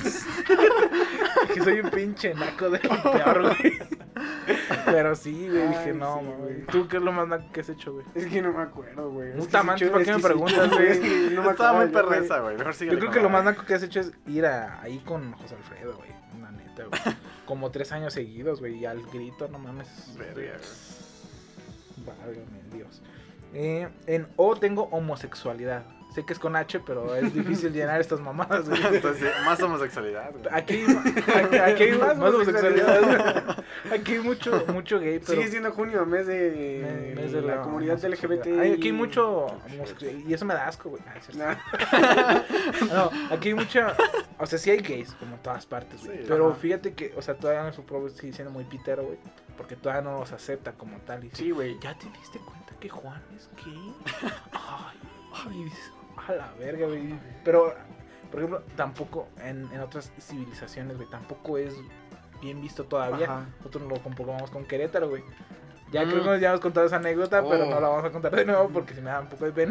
Dije, soy un pinche naco del peor, güey. Pero sí, güey, dije, Ay, no, sí, mames. güey. ¿Tú qué es lo más naco que has hecho, güey? Es que no me acuerdo, güey. Puta madre, ¿por qué me preguntas, güey? No me Estaba muy acuerdo, perra esa, güey. Mejor sigue. Yo creo que lo más naco que has hecho es ir ahí con José Alfredo, güey. Una neta, güey. Como 3 años seguidos, güey. Y al grito, no mames. Verga, Válgame Dios. En O tengo homosexualidad. Sé que es con H, pero es difícil llenar estas mamadas, güey. Entonces, más homosexualidad, güey. Aquí hay más homosexualidad. Aquí hay mucho gay, pero... Sigue siendo junio, mes de, mes de la comunidad LGBT. Aquí hay mucho homosexual, y eso me da asco, güey. Ah, es cierto. No, aquí hay mucha... O sea, sí hay gays, como en todas partes, güey. Sí, pero ajá. fíjate que, o sea, todavía nuestro pueblo sigue siendo muy pitero, güey. Porque todavía no los acepta como tal. Y Sí, güey. ¿ya te diste cuenta que Juan es gay? Ay, dices, a la verga, güey. Pero, por ejemplo, tampoco en otras civilizaciones, güey, tampoco es bien visto todavía. Ajá. Nosotros lo comprobamos con Querétaro, güey. Ya creo que ya hemos contado esa anécdota, pero no la vamos a contar de nuevo porque se me da un poco de pena.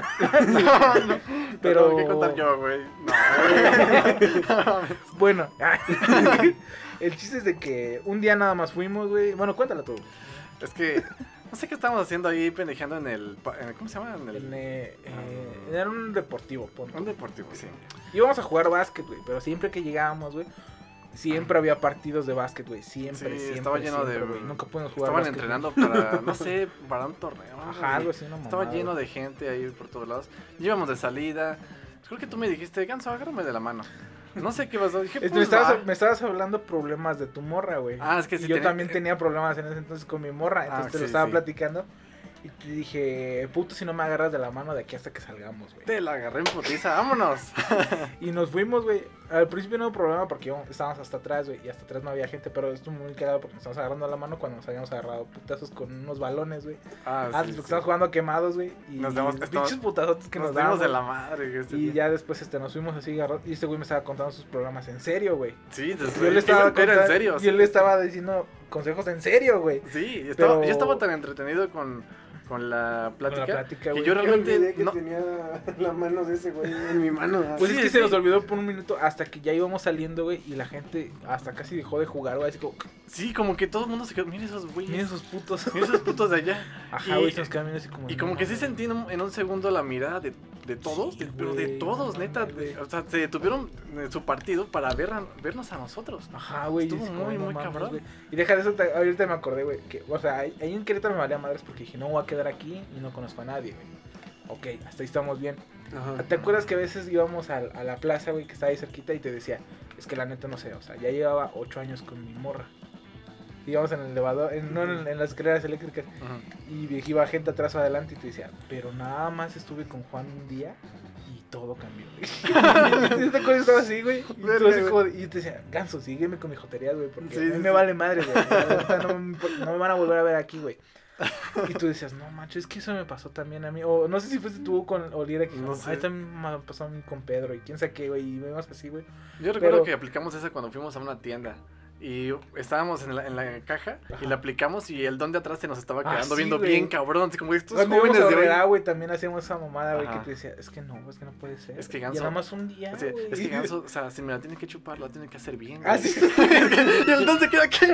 Pero ¿qué contar yo, güey? No. Bueno, el chiste es de que un día nada más fuimos, güey. Bueno, cuéntala tú. Es que no sé qué estábamos haciendo ahí pendejeando ¿cómo se llama? Era un deportivo, Un deportivo, sí. Íbamos a jugar básquet, güey, pero siempre que llegábamos, güey, siempre había partidos de básquet, güey. Siempre, siempre. Estaba lleno siempre, de... güey. Nunca pudimos jugar Estaban básquet, entrenando güey. para, no sé, para un torneo. Ajá, algo así, una Estaba mamada, lleno güey. de gente ahí por todos lados. Íbamos de salida. Creo que tú me dijiste, Ganso, agárrame de la mano. No sé qué pasó. Dije, pues, Me estabas hablando problemas de tu morra, güey. Ah, es que sí. Y yo también tenía problemas en ese entonces con mi morra. Entonces te lo sí, estaba sí. platicando. Y te dije, puto, si no me agarras de la mano de aquí hasta que salgamos, güey. Te la agarré en putiza, vámonos. Y nos fuimos, güey. Al principio no hubo problema porque estábamos hasta atrás, güey. Y hasta atrás no había gente. Pero estuvo muy cagado porque nos estábamos agarrando la mano cuando nos habíamos agarrado putazos con unos balones, güey. Porque estábamos jugando a quemados, güey. Y Nos damos pinches putazotes que nos dimos damos. de la madre. Güey, Y ya después nos fuimos así agarrados. Y este güey me estaba contando sus programas en serio, güey. Sí, después. Yo le estaba Era en serio. Yo le estaba diciendo consejos en serio, güey. Sí, Pero- yo estaba tan entretenido con la plática, plática, que güey. yo Yo olvidé realmente que no, tenía la mano de ese güey en mi mano. Pues Sí, es que sí. se nos olvidó por un minuto hasta que ya íbamos saliendo, güey, y la gente hasta casi dejó de jugar, güey, así como, sí, como que todo el mundo se quedó, miren esos güeyes, miren esos putos. miren esos putos de allá. Ajá, Y- güey, se nos quedan viendo así como... Y como no, que sí mames. sentí en un segundo la mirada de todos, Sí, pero de güey, todos, no neta. mames, güey. O sea, se detuvieron en su partido para vernos a nosotros. Ajá, güey. Estuvo así como, muy, no muy mames, cabrón. güey. Y deja de eso, ahorita me acordé, güey, que, o sea, ahí en Querétaro me valía madres porque dije, no voy a quedar aquí y no conozco a nadie, güey. Ok, hasta ahí estamos bien. Ajá. ¿Te acuerdas que a veces íbamos a la plaza, güey, que estaba ahí cerquita y te decía, es que la neta no sé, o sea, ya llevaba 8 años con mi morra. Íbamos en el elevador, no en las escaleras eléctricas, Ajá. y iba gente atrás o adelante y te decía, pero nada más estuve con Juan un día y todo cambió. ¿Te acuerdas? Estaba así, güey. Y, tú así como y te decía, Ganso, sígueme con mi jotería, güey, porque Sí, a mí sí, me sí. vale madre, güey. La neta no me van a volver a ver aquí, güey. Y tú decías, no, macho, es que eso me pasó también a mí. O no sé si fuiste tú con Oliera, que No sé. ahí también me pasó a mí con Pedro y quién sabe qué, güey. Y vemos así, güey. Yo recuerdo Pero- que aplicamos esa cuando fuimos a una tienda. Y estábamos en la caja y la aplicamos y el don de atrás se nos estaba Ah, quedando sí, viendo güey. bien cabrón. Así como estos Cuando íbamos jóvenes a de hoy. Herrera, güey, también hacíamos esa mamada, güey, que Ajá. te decía, es que no puede ser. Es que Y Ganso- nada más un día, O sea, güey. es que Ganso, o sea, si me la tiene que chupar, la tiene que hacer bien. Ah, güey. sí. Y el don se queda aquí.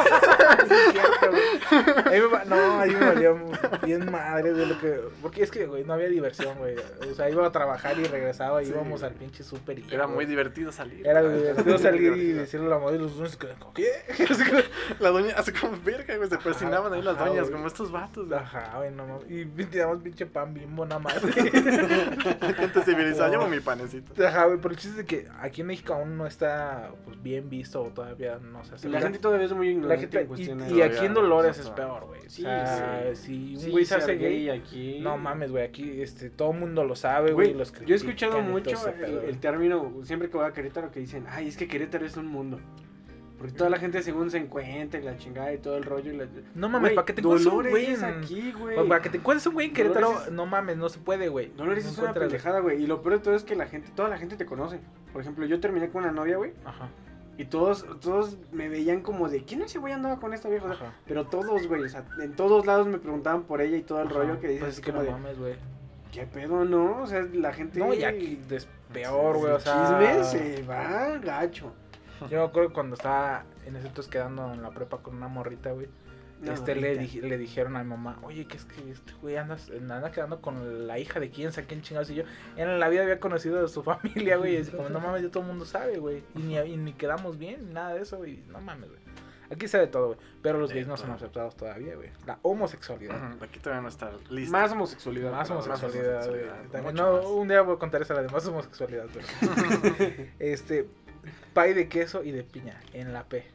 Ahí me valía bien madre de lo que... Porque es que, güey, no había diversión, güey. O sea, iba a trabajar y regresaba y Sí, íbamos güey. al pinche súper y... Era güey. muy divertido salir. Era güey. divertido salir y divertido. decirle a la madre y los dos se quedaban como, ¿qué? Así como, La doña, así como verga, güey, se persinaban ahí las ajá, doñas, güey. como estos vatos. güey. Ajá, güey, no mames. Y tiramos pinche pan Bimbo nada más. Gente civilizada, llevo mi panecito. Ajá, güey, pero el chiste es de que aquí en México aún no está pues, bien visto o todavía no se hace. La gente todavía es muy La ignorante gente, en cuestión y de- aquí en Dolores no es está. peor, güey. Sí, o sea, sí. si un güey se ser hace gay, aquí. no mames, güey, aquí todo el mundo lo sabe, güey. Güey, Los yo he escuchado critican y mucho todo ese pedo, güey. el término, siempre que voy a Querétaro, que dicen, ay, es que Querétaro es un mundo. Porque toda la gente según se encuentra y la chingada y todo el rollo. Y la... No mames, Güey, para que te encuentres un Dolores güey es en- aquí, güey. Para que te encuentres un güey en Querétaro, Dolores es- no mames, no se puede, güey. Dolores No es una encuentras, güey. pendejada, güey. Y lo peor de todo es que toda la gente te conoce. Por ejemplo, yo terminé con una novia, güey. Ajá, Y todos me veían como de, ¿quién ese güey andaba con esta vieja? O sea, ajá. pero todos, güey, o sea, en todos lados me preguntaban por ella y todo el Ajá, rollo que dices pues es que como no de, mames, güey. ¿qué pedo, no? O sea, la gente... No, y aquí es peor, güey, o sea. Chisme se va gacho. Yo me acuerdo cuando estaba en ese entonces quedando en la prepa con una morrita, güey. Una Le morrita. dijeron a mi mamá, oye, que es que este güey anda quedando con la hija de quién sabe quién chingados. Y yo en la vida había conocido a su familia, güey. Y es como, no mames, ya todo el mundo sabe, güey. Y ni quedamos bien, ni nada de eso, güey. No mames, güey. Aquí se de todo, güey. Pero los De gays no son todo. aceptados todavía, güey. La homosexualidad. Ujú, aquí todavía no está listo. Más homosexualidad. Más pero- homosexualidad, güey. homosexualidad, También, mucho no, más. un día voy a contar esa la de más homosexualidad, pero... pay de queso y de piña en la P.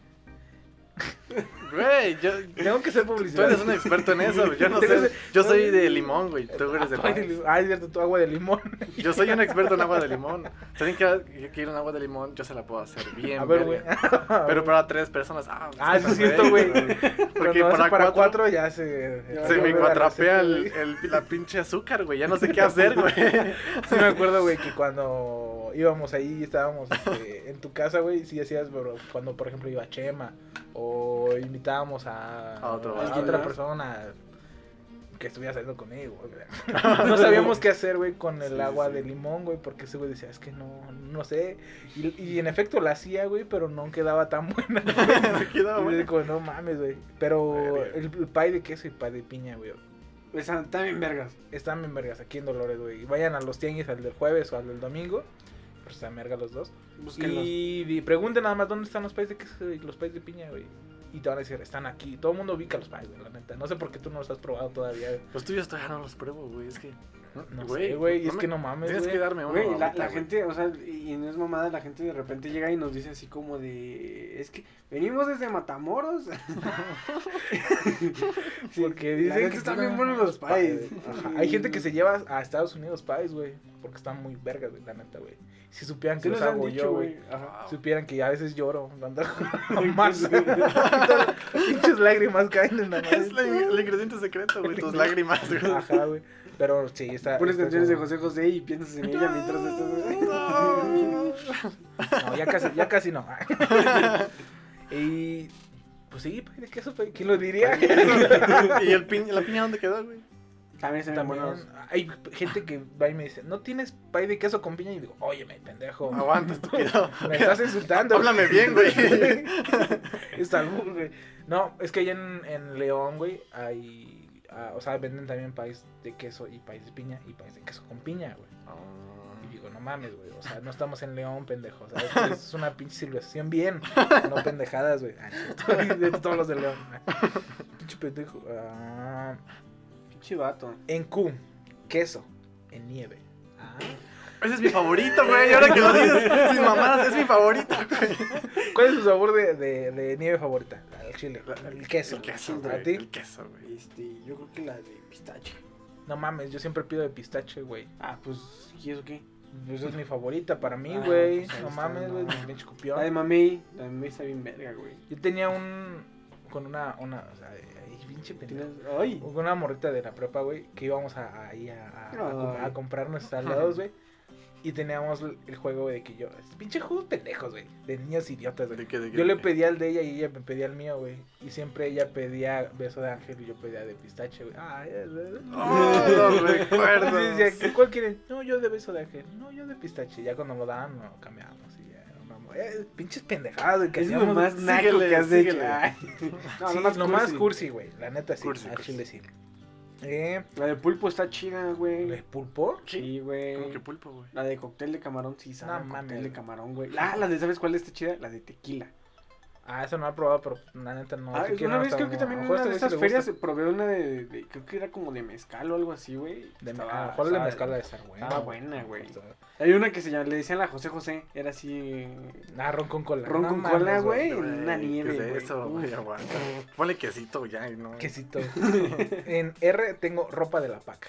Güey, Tengo que ser tú publicidad. eres un experto en eso, güey. Yo no Tengo sé. que- Yo soy de limón, güey. Tú eres de Pay de pay. limón. Ah, es cierto, tu agua de limón. Yo soy un experto en agua de limón. ¿Saben que quiero un agua de limón? Yo se la puedo hacer bien, A ver, güey. verga. Pero para 3 personas. Ah, eso es cierto, güey. Porque Porque para para 4 cuatro ya se se me la cuatrapea receta, la pinche azúcar, güey. Ya no sé qué hacer, güey. Sí me acuerdo, güey, que cuando íbamos ahí, estábamos en tu casa, güey, sí hacías, pero cuando, por ejemplo, iba Chema O invitábamos a otro a vato, otra ¿no? persona que estuviera saliendo conmigo. Güey. No sabíamos qué hacer, güey, con el agua de limón, güey, porque ese güey decía, es que no sé. Y en efecto la hacía, güey, pero no quedaba tan buena. No quedaba Y buena. digo, no mames, güey. Pero el pie de queso y pie de piña, güey, Están bien vergas. están bien vergas aquí en Dolores, güey. Y vayan a los tianguis, al del jueves o al del domingo. Pero están vergas los dos. Búsquenlos. Y pregunten nada más dónde están los pies de queso y los pies de piña, güey. Y te van a decir, están aquí. Todo el mundo ubica los pies, güey, la neta. No sé por qué tú no los has probado todavía. Güey. Los tuyos todavía no los pruebo, güey. Es que. No sé, güey. Y es me- que no mames, Tienes güey. que darme uno. Güey, la ahorita, güey. gente, o sea, y no es mamada, la gente de repente llega y nos dice así como de, es que venimos desde Matamoros. Sí, Porque la dicen neta que están tienen bien buenos los pies. Ajá. Hay gente que se lleva a Estados Unidos pies, güey. Porque están muy vergas, güey, la neta, güey. Si supieran que Sí los nos han hago dicho, yo, güey. Ajá. Supieran que a veces lloro cuando hago más. Pinches lágrimas caen en la Es madre. el ingrediente secreto, güey. Tus lágrimas, güey. Ajá, güey. Pero sí, está. Pones está canciones de como- José José y piensas en ella mientras estás. No, ya casi no. Y. Pues sí, pay de queso, pay. ¿Quién lo diría? ¿Y la piña dónde quedó, güey? También están bien También buenos. hay gente que va y me dice, ¿no tienes pay de queso con piña? Y digo, óyeme, pendejo. Aguanta, estúpido. Me estás insultando. Háblame bien, güey. Es albur, güey. No, es que allá en León, güey, hay. O sea, venden también país de queso y país de piña y país de queso con piña, güey. Y digo, no mames, güey. O sea, no estamos en León, pendejo. O sea, es una pinche civilización bien. No pendejadas, güey. De todos los de León. Pinche pendejo. Pinche vato. En Q, queso. En nieve. Ese es mi favorito, güey. Ahora que lo dices, sin mamadas, es mi favorito, güey. ¿Cuál es tu sabor de nieve favorita? El chile. El queso. El queso, ¿A güey. ti? El queso, güey. Yo creo que la de pistache. No mames, yo siempre pido de pistache, güey. Ah, pues, ¿y eso qué? Pues es mi favorita para mí, Ah, güey. pues ahí No está, mames, güey. no. Pinche copión. La de mamey está bien verga, güey. Yo tenía con una, o sea, ay, pinche pendejo. Tienes- Ay, Con una morrita de la prepa, güey, que íbamos ahí a comprar nuestros salados, güey. Y teníamos el juego, güey, de que yo, pinche juegos pendejos, güey, de niños idiotas, güey. ¿De qué? Yo le pedía el de ella y ella me pedía el mío, güey. Y siempre ella pedía beso de ángel y yo pedía de pistache, güey. Ay, Oh, los recuerdos. Y decía, ¿cuál quieren? No, yo de beso de ángel. No, yo de pistache. Ya cuando lo daban, no cambiamos. Y ya, pinches pendejadas, güey, que es lo hacíamos. más naco síguele, que has síguele. hecho. Ay. No, Sí, lo más cursi, güey. La neta sí. Cursi, Al cursi. chile sí. La de pulpo está chida, güey. ¿El pulpo? Sí, güey. Como que pulpo, güey. La de cóctel de camarón, sí, sabe No a cóctel mames. de camarón, güey. Ah, la de, ¿sabes cuál está chida? La de tequila. Ah, eso no lo he probado, pero la neta no. Ah, tequila una no vez está creo que muy- también a en lo una mejor de este esas güey sí le ferias gusta. probé una creo que era como de mezcal o algo así, güey. A Estaba- lo mejor el de estaba- mezcal debe estar bueno. Estaba buena, güey. Estaba- Hay una que le decían la José José, era así... Ah, ron con cola. Ron No con mames, cola, güey. Güey, Una nieve, ¿qué es güey. eso, güey? Uf. Aguanta. Ponle quesito ya y no. Quesito. En R tengo ropa de la paca.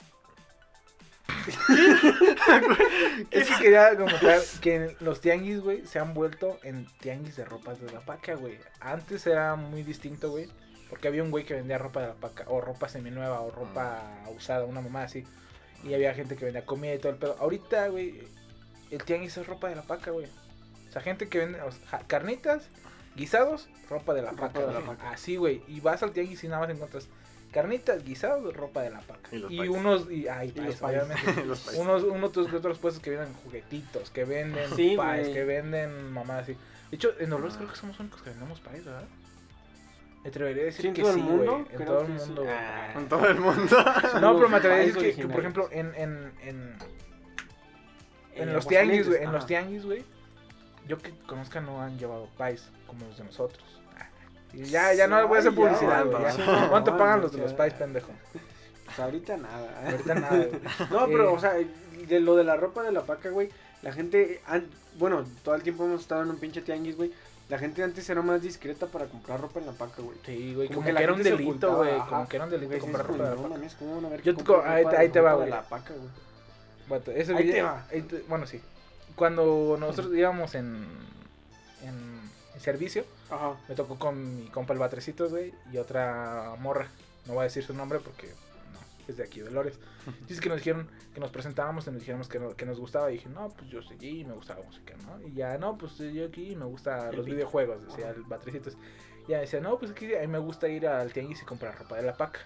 Es que quería comentar que los tianguis, güey, se han vuelto en tianguis de ropas de la paca, güey. Antes era muy distinto, güey. Porque había un güey que vendía ropa de la paca, o ropa seminueva, o ropa usada, una mamá así. Y había gente que vendía comida y todo el pedo. Ahorita, güey, el tianguis es ropa de la paca, güey. O sea, gente que vende carnitas, guisados, ropa de la Ropa paca. de la güey. paca. Así, güey. Y vas al tianguis y nada más encuentras carnitas, guisados, ropa de la paca. Y los Y pais. unos, Y pais, los pais. obviamente. Los países. Otros puestos que venden juguetitos, que venden Sí, pies, güey. que venden mamadas así. De hecho, en Dolores creo que somos los únicos que vendemos pies, ¿verdad? Me atrevería a decir Sí, en que todo el sí, mundo, güey. En creo todo el que sí. mundo, güey. Ah. Con todo el mundo. No, pero me atrevería a pies decir que, por originales. ejemplo, en En los tianguis, güey, en Aguascalientes, los ajá. tianguis, güey, yo que conozca no han llevado pies como los de nosotros. Y ya no voy a hacer Ay, publicidad, ya, güey. ya. ya. ¿Cuánto No, pagan no, los de los ya. pies, pendejo? Pues ahorita nada. Ahorita nada, güey. No, pero, Eh, o sea, de lo de la ropa de la paca, güey, la gente, bueno, todo el tiempo hemos estado en un pinche tianguis, güey. La gente antes era más discreta para comprar ropa en la paca, güey. Sí, güey, como que que la era un gente se delito, ocultaba, güey. ajá. Como que era un delito Güey, comprar dices, ropa de no la paca. mames, ¿cómo van a ver Yo que te compro co- ahí ropa te va, ropa güey. de la paca, güey? Bueno, ese Ahí video- te va. bueno, sí. Cuando nosotros íbamos en servicio, Ajá. me tocó con mi compa el Batrecitos, güey, y otra morra. No voy a decir su nombre porque es de aquí, de Lores. Dice que nos dijeron, que nos presentáramos y nos dijéramos que nos gustaba. Y dije, no, pues yo seguí y me gusta la música, ¿no? Y ya, no, pues yo aquí me gustan los videojuegos, decía el batricitos. Y ya decía, no, pues aquí a mí me gusta ir al tianguis y comprar ropa de la paca.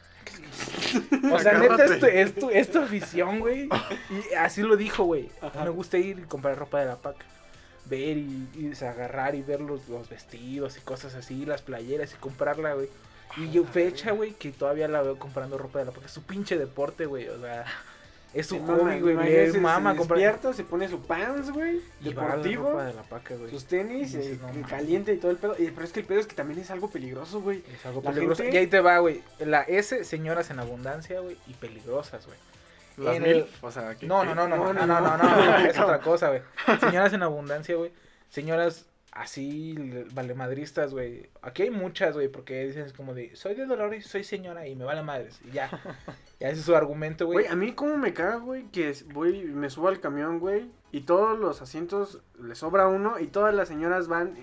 O sea, neta, es tu afición, güey. Y así lo dijo, güey. Me gusta ir y comprar ropa de la paca. Ver y agarrar y ver los vestidos y cosas así, las playeras y comprarla, güey. Y yo fecha, güey, que todavía la veo comprando ropa de la paca. Es su pinche deporte, güey, o sea, es su hobby, güey. Se despierta, se pone su pants, güey, deportivo, ropa de la paca, güey. sus tenis, caliente y todo el pedo. Pero es que el pedo es que también es algo peligroso, güey. Es algo peligroso. Y ahí te va, güey. La S, señoras en abundancia, güey, y peligrosas, güey. Las MILF, o sea, No, es otra cosa, güey. Señoras en abundancia, güey. Señoras así, valemadristas, güey. Aquí hay muchas, güey, porque dicen como de, soy de Dolores, soy señora y me vale madres. Y ya, ese es su argumento, güey. Güey, a mí como me caga, güey, que me subo al camión, güey, y todos los asientos le sobra uno y todas las señoras van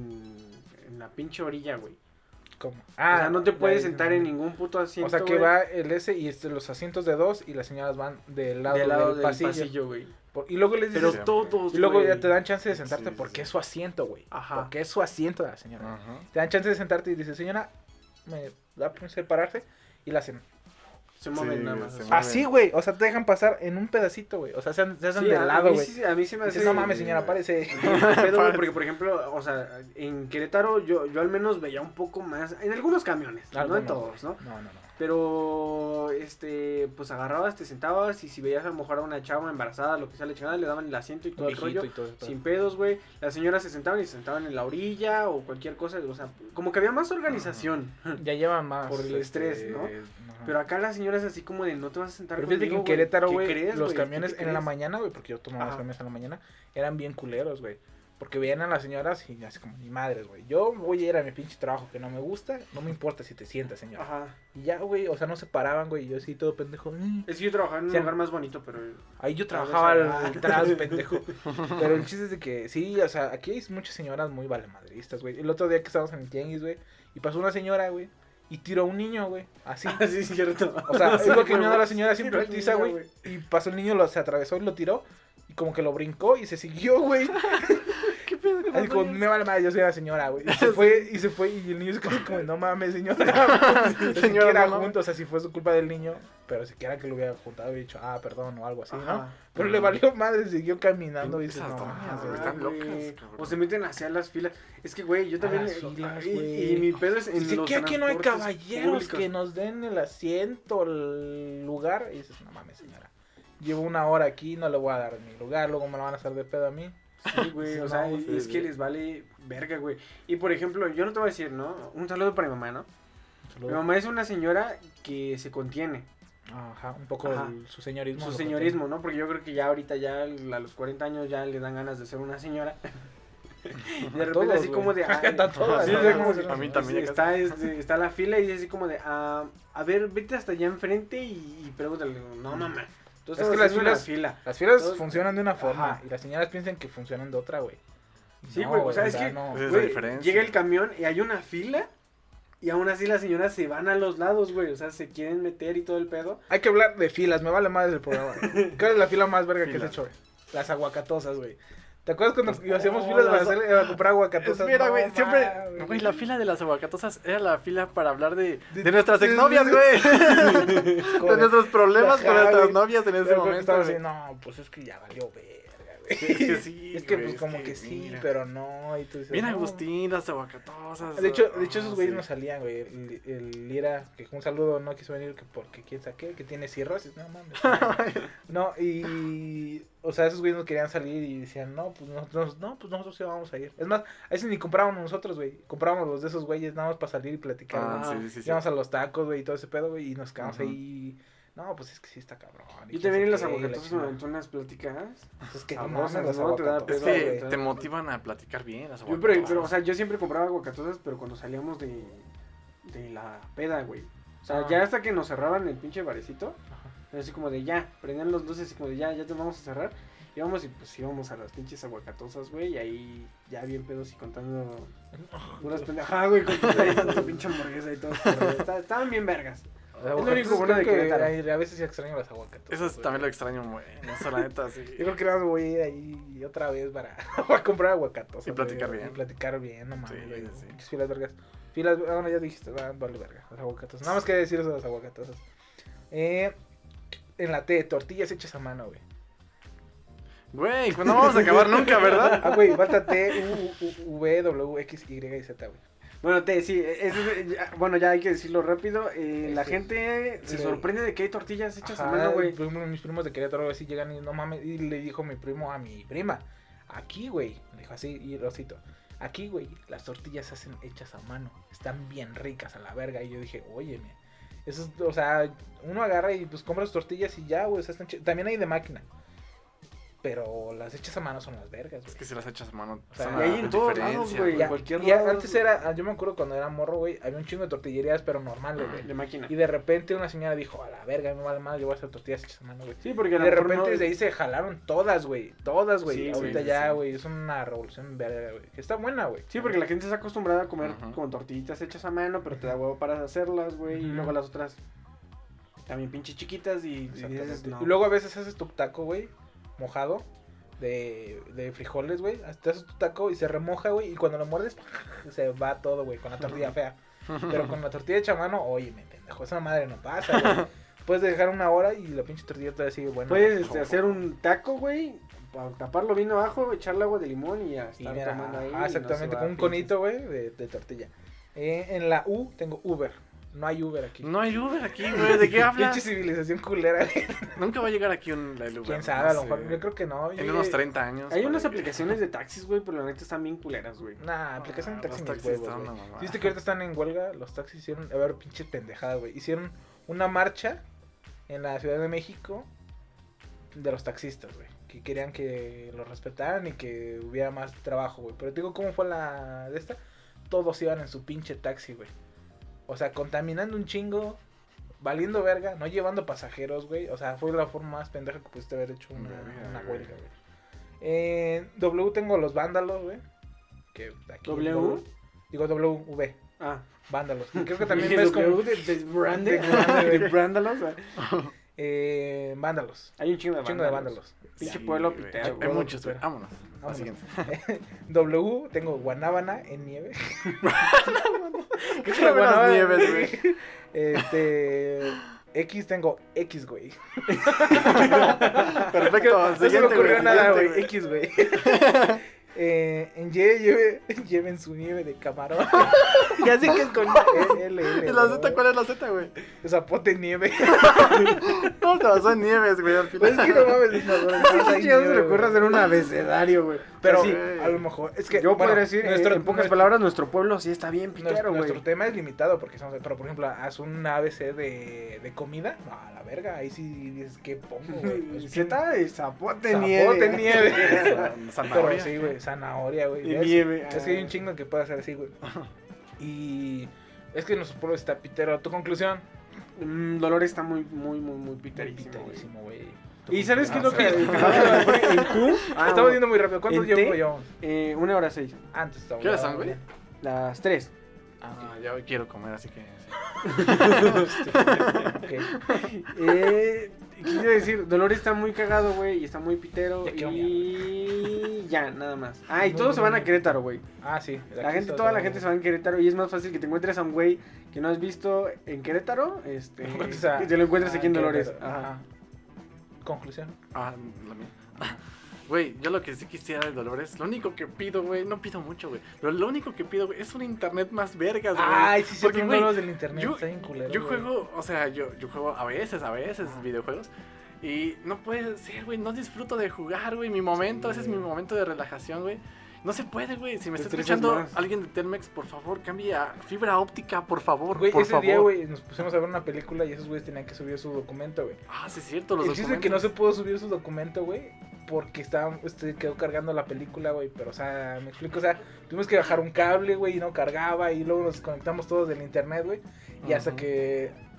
en la pinche orilla, güey. ¿Cómo? O sea, no te puedes sentar en ningún puto asiento, o sea, que güey. va el S y los asientos de 2 y las señoras van del lado del pasillo, güey. Y luego les dices, Pero todos, y luego güey. ya te dan chance de sentarte Sí, porque sí. es su asiento, güey. Ajá. Porque es su asiento de la señora. Ajá. Te dan chance de sentarte y dices, señora, me da chance de pararse y la hacen. Se mueven Sí, nada más. se así. mueven. Así, güey. O sea, te dejan pasar en un pedacito, güey. O sea, se hacen Sí, de lado, güey. a mí se me hace... Dices, no mames, señora, párese. Pero, güey, porque, por ejemplo, o sea, en Querétaro yo al menos veía un poco más, en algunos camiones, no en Algunos, todos, ¿no? No. Pero, pues agarrabas, te sentabas y si veías a lo mejor a una chava embarazada, lo que sea, le chingada, le daban el asiento y todo el Viejito rollo, y todo eso. sin pedos, güey. Las señoras se sentaban y se sentaban en la orilla o cualquier cosa, o sea, como que había más organización. Ya llevan más. Por el estrés, ¿no? Pero acá las señoras así como de no te vas a sentar Pero fíjate que conmigo, en Querétaro, ¿Qué güey, crees, los güey? camiones ¿Qué en la crees? mañana, güey, porque yo tomaba los Ajá. camiones en la mañana, eran bien culeros, güey. Porque veían a las señoras y así como, ni madres, güey. Yo voy a ir a mi pinche trabajo que no me gusta, no me importa si te sientas, señora. Ajá. Y ya, güey, o sea, no se paraban, güey, y yo así todo pendejo. Es que yo trabajaba en un Sí. lugar más bonito, pero... Ahí yo A trabajaba veces- atrás, pendejo. Pero el chiste es de que, sí, o sea, aquí hay muchas señoras muy valemadristas, güey. El otro día que estábamos en el tianguis, güey, y pasó una señora, güey, y tiró a un niño, güey, así. Sí, es cierto. O sea, es lo que güey, la señora siempre tiró al utiliza, niño, güey. Y pasó el niño, se atravesó y lo tiró. Y como que lo brincó y se siguió, güey. ¿Qué pedo? Así como, me vale madre, yo soy la señora, güey. Y se fue, y el niño se quedó como, no mames, señora. Señora, Siquiera no. juntos, o sea, si fue su culpa del niño, pero siquiera que lo hubiera juntado y dicho, perdón, o algo así, ¿no? Ajá. Pero le valió madre, siguió caminando y dices, Esas no, doñas, mames, güey, güey. están locas, Güey. cabrón. O se meten hacia las filas. Es que, güey, yo también... las filas, y güey. mi pedo es en Dice los que aquí no hay transportes caballeros públicos. que nos den el asiento, el lugar. Y dices, no mames, señora. Llevo una hora aquí, no le voy a dar mi lugar, luego me lo van a hacer de pedo a mí. Sí, güey, o sea, No, es sí, que sí. les vale verga, güey. Y, por ejemplo, yo no te voy a decir, ¿no? Un saludo para mi mamá, ¿no? Mi mamá es una señora que se contiene. Ajá, un poco Ajá. su señorismo. Su lo señorismo, ¿no? Porque yo creo que ya ahorita, ya a los 40 años, ya le dan ganas de ser una señora. Y de repente todos, así güey. como de... A todos, sí, ¿no? o sea, como A mí también. está la fila y dice así como de... a ver, vete hasta allá enfrente y pregúntale. No, mamá. Entonces, Es que las Las filas Todos- funcionan de una forma Ajá. y las señoras piensan que funcionan de otra, güey. Sí, No, güey, o sea, es que... no. Esa es la Güey, diferencia. llega el camión y hay una fila y aún así las señoras se van a los lados, güey. O sea, se quieren meter y todo el pedo. Hay que hablar de filas, me vale más el programa. ¿Cuál es la fila más verga que has Filas. hecho, güey? Las aguacatosas, güey. ¿Te acuerdas cuando hacíamos no, filas para, las- para comprar aguacatosas? Mira, No, güey, siempre. mames. Güey, la fila de las aguacatosas era la fila para hablar de De- nuestras de- exnovias, güey. De nuestros problemas con Ajá, nuestras güey. novias en ese Pero momento. estaba así, güey. no, pues es que ya valió verga, güey. Es que sí. Es que güey, pues es como que sí, mira. pero no. Y tú dices, Bien no. Agustín, las aguacatosas. De hecho, esos ah, güeyes sí. no salían, güey. El Lira, que un saludo, no quiso venir porque quién sabe que tiene cirrosis, no mames. No, y o sea, esos güeyes no querían salir y decían, no, pues nosotros sí vamos a ir. Es más, a veces ni comprábamos nosotros, güey. Comprábamos los de esos güeyes nada más para salir y platicar. Ah, güey. sí. Íbamos a los tacos, güey, y todo ese pedo, güey, y nos quedamos Ujú. ahí. No, pues es que sí está cabrón. Yo quién también en las sabe qué, y la aguacatosas me chingada. aventó unas pláticas. Pues es que no sabrosas, mames, las ¿no? Te da aguacatosas, Es pedo, que güey. te motivan a platicar bien las Yo, aguacatosas. pero, o sea, yo siempre compraba aguacatosas, pero cuando salíamos de la peda, güey. O sea, Ah. ya hasta que nos cerraban el pinche barecito, era así como de ya, prendían los luces, así como de ya te vamos a cerrar. Íbamos y pues íbamos a las pinches aguacatosas, güey, y ahí ya bien pedos y contando unas pendejadas, güey, con tu pinche hamburguesa y todo. Estaban bien vergas. Los lo único aguacates bueno de creo que Querétaro. a veces sí extraño los aguacates. Eso güey. también lo extraño, güey. Eso, la neta, sí. Yo creo que nada más voy a ir ahí otra vez para comprar aguacatos. Y platicar bien. Y platicar bien, no mames, Sí, güey. sí. Pinches filas vergas. Filas, bueno, ya dijiste, vale verga, los aguacatos. Nada más que decir eso de los aguacatos. En la T, tortillas hechas a mano, güey. Güey, pues no vamos a acabar nunca, ¿verdad? Ah, güey, falta T, U, V, W, X, Y y Z, güey. Bueno, sí, bueno, ya hay que decirlo rápido. La Sí. gente se Sí. sorprende de que hay tortillas hechas a Ajá, mano, güey. mis primos de Querétaro así llegan y no mames, y le dijo mi primo a mi prima, aquí, güey, le dijo así, y lo cito, aquí, güey, las tortillas se hacen hechas a mano, están bien ricas a la verga, y yo dije, óyeme, eso es, o sea, uno agarra y pues compra las tortillas y ya, güey, o sea, también hay de máquina, pero las hechas a mano son las vergas, Es güey. que si las echas a mano, O sea, son y ahí la en todos diferencia, lados, güey. Ya, cualquier y lado, antes era, yo me acuerdo cuando era morro, güey, había un chingo de tortillerías, pero normales, güey. de máquina. Y de repente una señora dijo, a la verga, me vale más, yo voy a hacer tortillas hechas a mano, güey. Sí, porque Y a lo de mejor repente no- desde ahí se jalaron todas, güey. Todas, güey. Sí, Ahorita sí, ya, sí. güey. Es una revolución verga, güey. Que está buena, güey. Sí, porque la gente está acostumbrada a comer Ajá. con tortillitas hechas a mano, pero te da huevo para hacerlas, güey. Y Ujú. luego las otras también pinches chiquitas y dices, Exactamente. no. Y luego a veces haces tu taco, güey. Mojado. De frijoles, güey. Te haces tu taco y se remoja, güey. Y cuando lo muerdes, se va todo, güey. Con la tortilla fea. Pero con la tortilla hecha a mano, oye, me pendejo. Esa madre no pasa, güey. Puedes dejar una hora y la pinche tortilla todavía sigue buena. Puedes hacer un taco, güey, para taparlo bien abajo, echarle agua de limón y ya Y estar mira, tomando ahí. ajá, y no exactamente, se va con un a conito, güey, de tortilla. En la U tengo Uber. No hay Uber aquí. No hay Uber aquí, güey. ¿De qué hablas? Pinche civilización culera. Nunca va a llegar aquí el Uber. Quién no sabe, a lo sé. mejor. Yo creo que no. En unos 30 años. Hay unas para que- aplicaciones de taxis, güey, pero la neta están bien culeras, güey. Nah, aplicación de Los taxi mis taxis huevos, están güey. una mamada. ¿Viste que ahorita están en huelga? Los taxis hicieron, a ver, pinche pendejada, güey. Hicieron una marcha en la Ciudad de México de los taxistas, güey. Que querían que los respetaran y que hubiera más trabajo, güey. Pero te digo, ¿cómo fue la de esta? Todos iban en su pinche taxi, güey. O sea, contaminando un chingo, valiendo verga, no llevando pasajeros, güey. O sea, fue la forma más pendeja que pudiste haber hecho una Verga, huelga, güey. En W tengo los vándalos, güey. Que aquí ¿W? Digo W, Ah, vándalos. Y creo que también dije ves W como de Brande, de Brande, de Brándalos. vándalos. Hay un chingo de Un chingo de vándalos. Pinche Sí, pueblo güey. pitero, Hay güey. muchos, güey. pitero. Vámonos. Al Vámonos. siguiente. W tengo guanábana en nieve. ¿Qué es la Guanábana en nieves, güey? X tengo X, güey. Perfecto. No se me siguiente, ocurrió nada, güey. siguiente, X, güey. En Y lleven su nieve de camarón. Ya sé que es con L. ¿Y la Z cuál es la Z, güey? Zapote nieve. ¿Cómo te basó en nieves, güey? Al Pues es final. que no mames, no, ¿Qué se le ocurre hacer un abecedario, güey? Pero Sí, a lo mejor es que yo bueno, podría decir, en pocas palabras, nuestro pueblo sí está bien pitero, güey. nuestro tema es limitado porque somos, pero por ejemplo, haz un ABC de comida, no, a la verga, ahí sí dices que pongo, güey. Pues, Z y zapote Zapote nieve. nieve. Pero Zanahoria. sí, güey, zanahoria, güey. Y ¿ves? nieve. Es que hay un chingo que puede hacer así, güey. Y es que nuestro pueblo está pitero. ¿Tu conclusión? Dolores está muy piterísimo, güey. Piterísimo, güey. ¿Y sabes qué es lo sí. que en Q? Estamos yendo muy rápido. ¿Cuánto ¿En tiempo T? llevamos? 1 hora 6. Antes estaba. ¿Qué horas son, güey? Las 3. Ah, Ah, ya hoy quiero comer, así que... ok. ¿Qué quiero decir? Dolores está muy cagado, güey, y está muy pitero. Ya quiero Y ya, nada más. Ah, y todos se van a Querétaro, güey. Ah, sí. Toda la gente se va a Querétaro y es más fácil que te encuentres a un güey que no has visto en Querétaro, encuentres a- que te lo encuentres aquí en Ah, Dolores. Querétaro. Ajá. Conclusión. Ah, la mía. Güey, yo lo que sí quisiera de Dolores, lo único que pido, güey, no pido mucho, güey, pero lo único que pido, güey, es un internet más vergas, güey. Ay, sí, sí, Porque, porque güey, los del internet yo- está bien culero. yo güey. juego, o sea, yo juego a veces videojuegos. Y no puede ser, güey, no disfruto de jugar, güey, mi momento, ese es mi momento de relajación, güey. No se puede, güey, si me Te está estresas escuchando más. alguien de Telmex, por favor, cambie a fibra óptica, por favor, Güey, por ese favor. día, güey, nos pusimos a ver una película y esos güeyes tenían que subir su documento, güey. Ah, sí es cierto, los El chiste es que no documentos. se pudo subir su documento, güey, porque estaba, quedó cargando la película, güey. Pero, o sea, me explico, o sea, tuvimos que bajar un cable, güey, y no cargaba. Y luego nos conectamos todos del internet, güey. Y hasta Ujú. que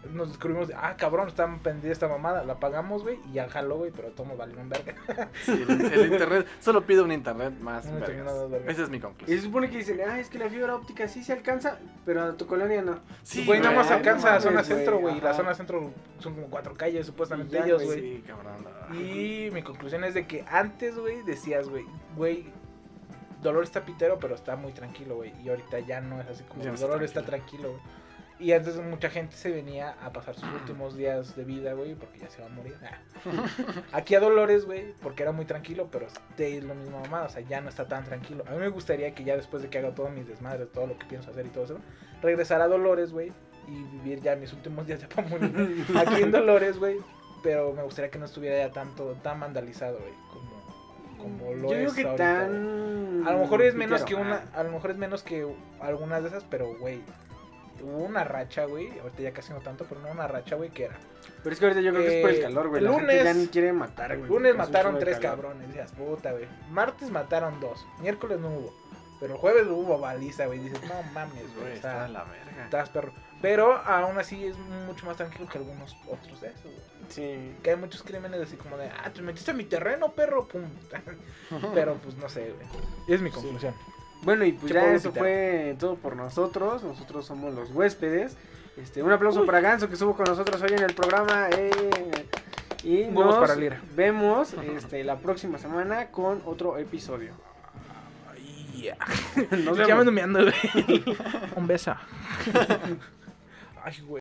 nos descubrimos, cabrón, está pendida esta mamada, la pagamos, güey, y ya jaló, güey, pero todos valieron verga. Sí, el internet, solo pido un internet más Un internet vergas. más vergas. Esa es mi Y conclusión. se supone que dicen, es que la fibra óptica sí se alcanza, pero a tu colonia no. Sí, Güey, nada más güey, alcanza no a zona mames, centro, güey, y la ajá. zona centro son como 4 calles, supuestamente Y ya, ellos, güey, güey. Sí, cabrón. Y mi conclusión es de que antes, güey, decías, güey, Dolores está pitero, pero está muy tranquilo, güey. Y ahorita ya no es así como Ya no que está Dolores está tranquilo, güey. Y antes mucha gente se venía a pasar sus últimos días de vida, güey, porque ya se va a morir. Aquí a Dolores, güey, porque era muy tranquilo, pero es lo mismo, mamá, o sea, ya no está tan tranquilo. A mí me gustaría que ya después de que haga todos mis desmadres, todo lo que pienso hacer y todo eso, regresar a Dolores, güey, y vivir ya mis últimos días ya para morir aquí en Dolores, güey. Pero me gustaría que no estuviera ya tan vandalizado, güey, como lo Yo es digo que ahorita, güey. tan... A lo mejor es menos pitero. a lo mejor es menos que algunas de esas, pero güey, hubo una racha, güey, ahorita ya casi no tanto, pero no una racha, güey, que era. Pero es que ahorita yo creo que es por el calor, güey. La gente lunes- ya ni quiere matar, güey. Lunes Hace un mataron chingo de 3 calor. cabrones, decías, puta, güey. Martes mataron 2, miércoles no hubo, pero el jueves hubo baliza, güey, dices, no mames, güey, Güey, o está sea, de la verga. estás perro. Pero aún así es mucho más tranquilo que algunos otros de esos, güey. Sí. Que hay muchos crímenes así como de, te metiste a mi terreno, perro, pum. Pero pues no sé, güey. Es mi conclusión. Bueno, y pues Che, ya pobre eso pitero. fue todo por nosotros. Nosotros somos los huéspedes. Un aplauso para Ganso que estuvo con nosotros hoy en el programa. Y Huevos nos para Lira. vemos la próxima semana con otro episodio. Ay, ya. Nos Ya me vemos. ando meando, güey. Un beso. Ay, güey.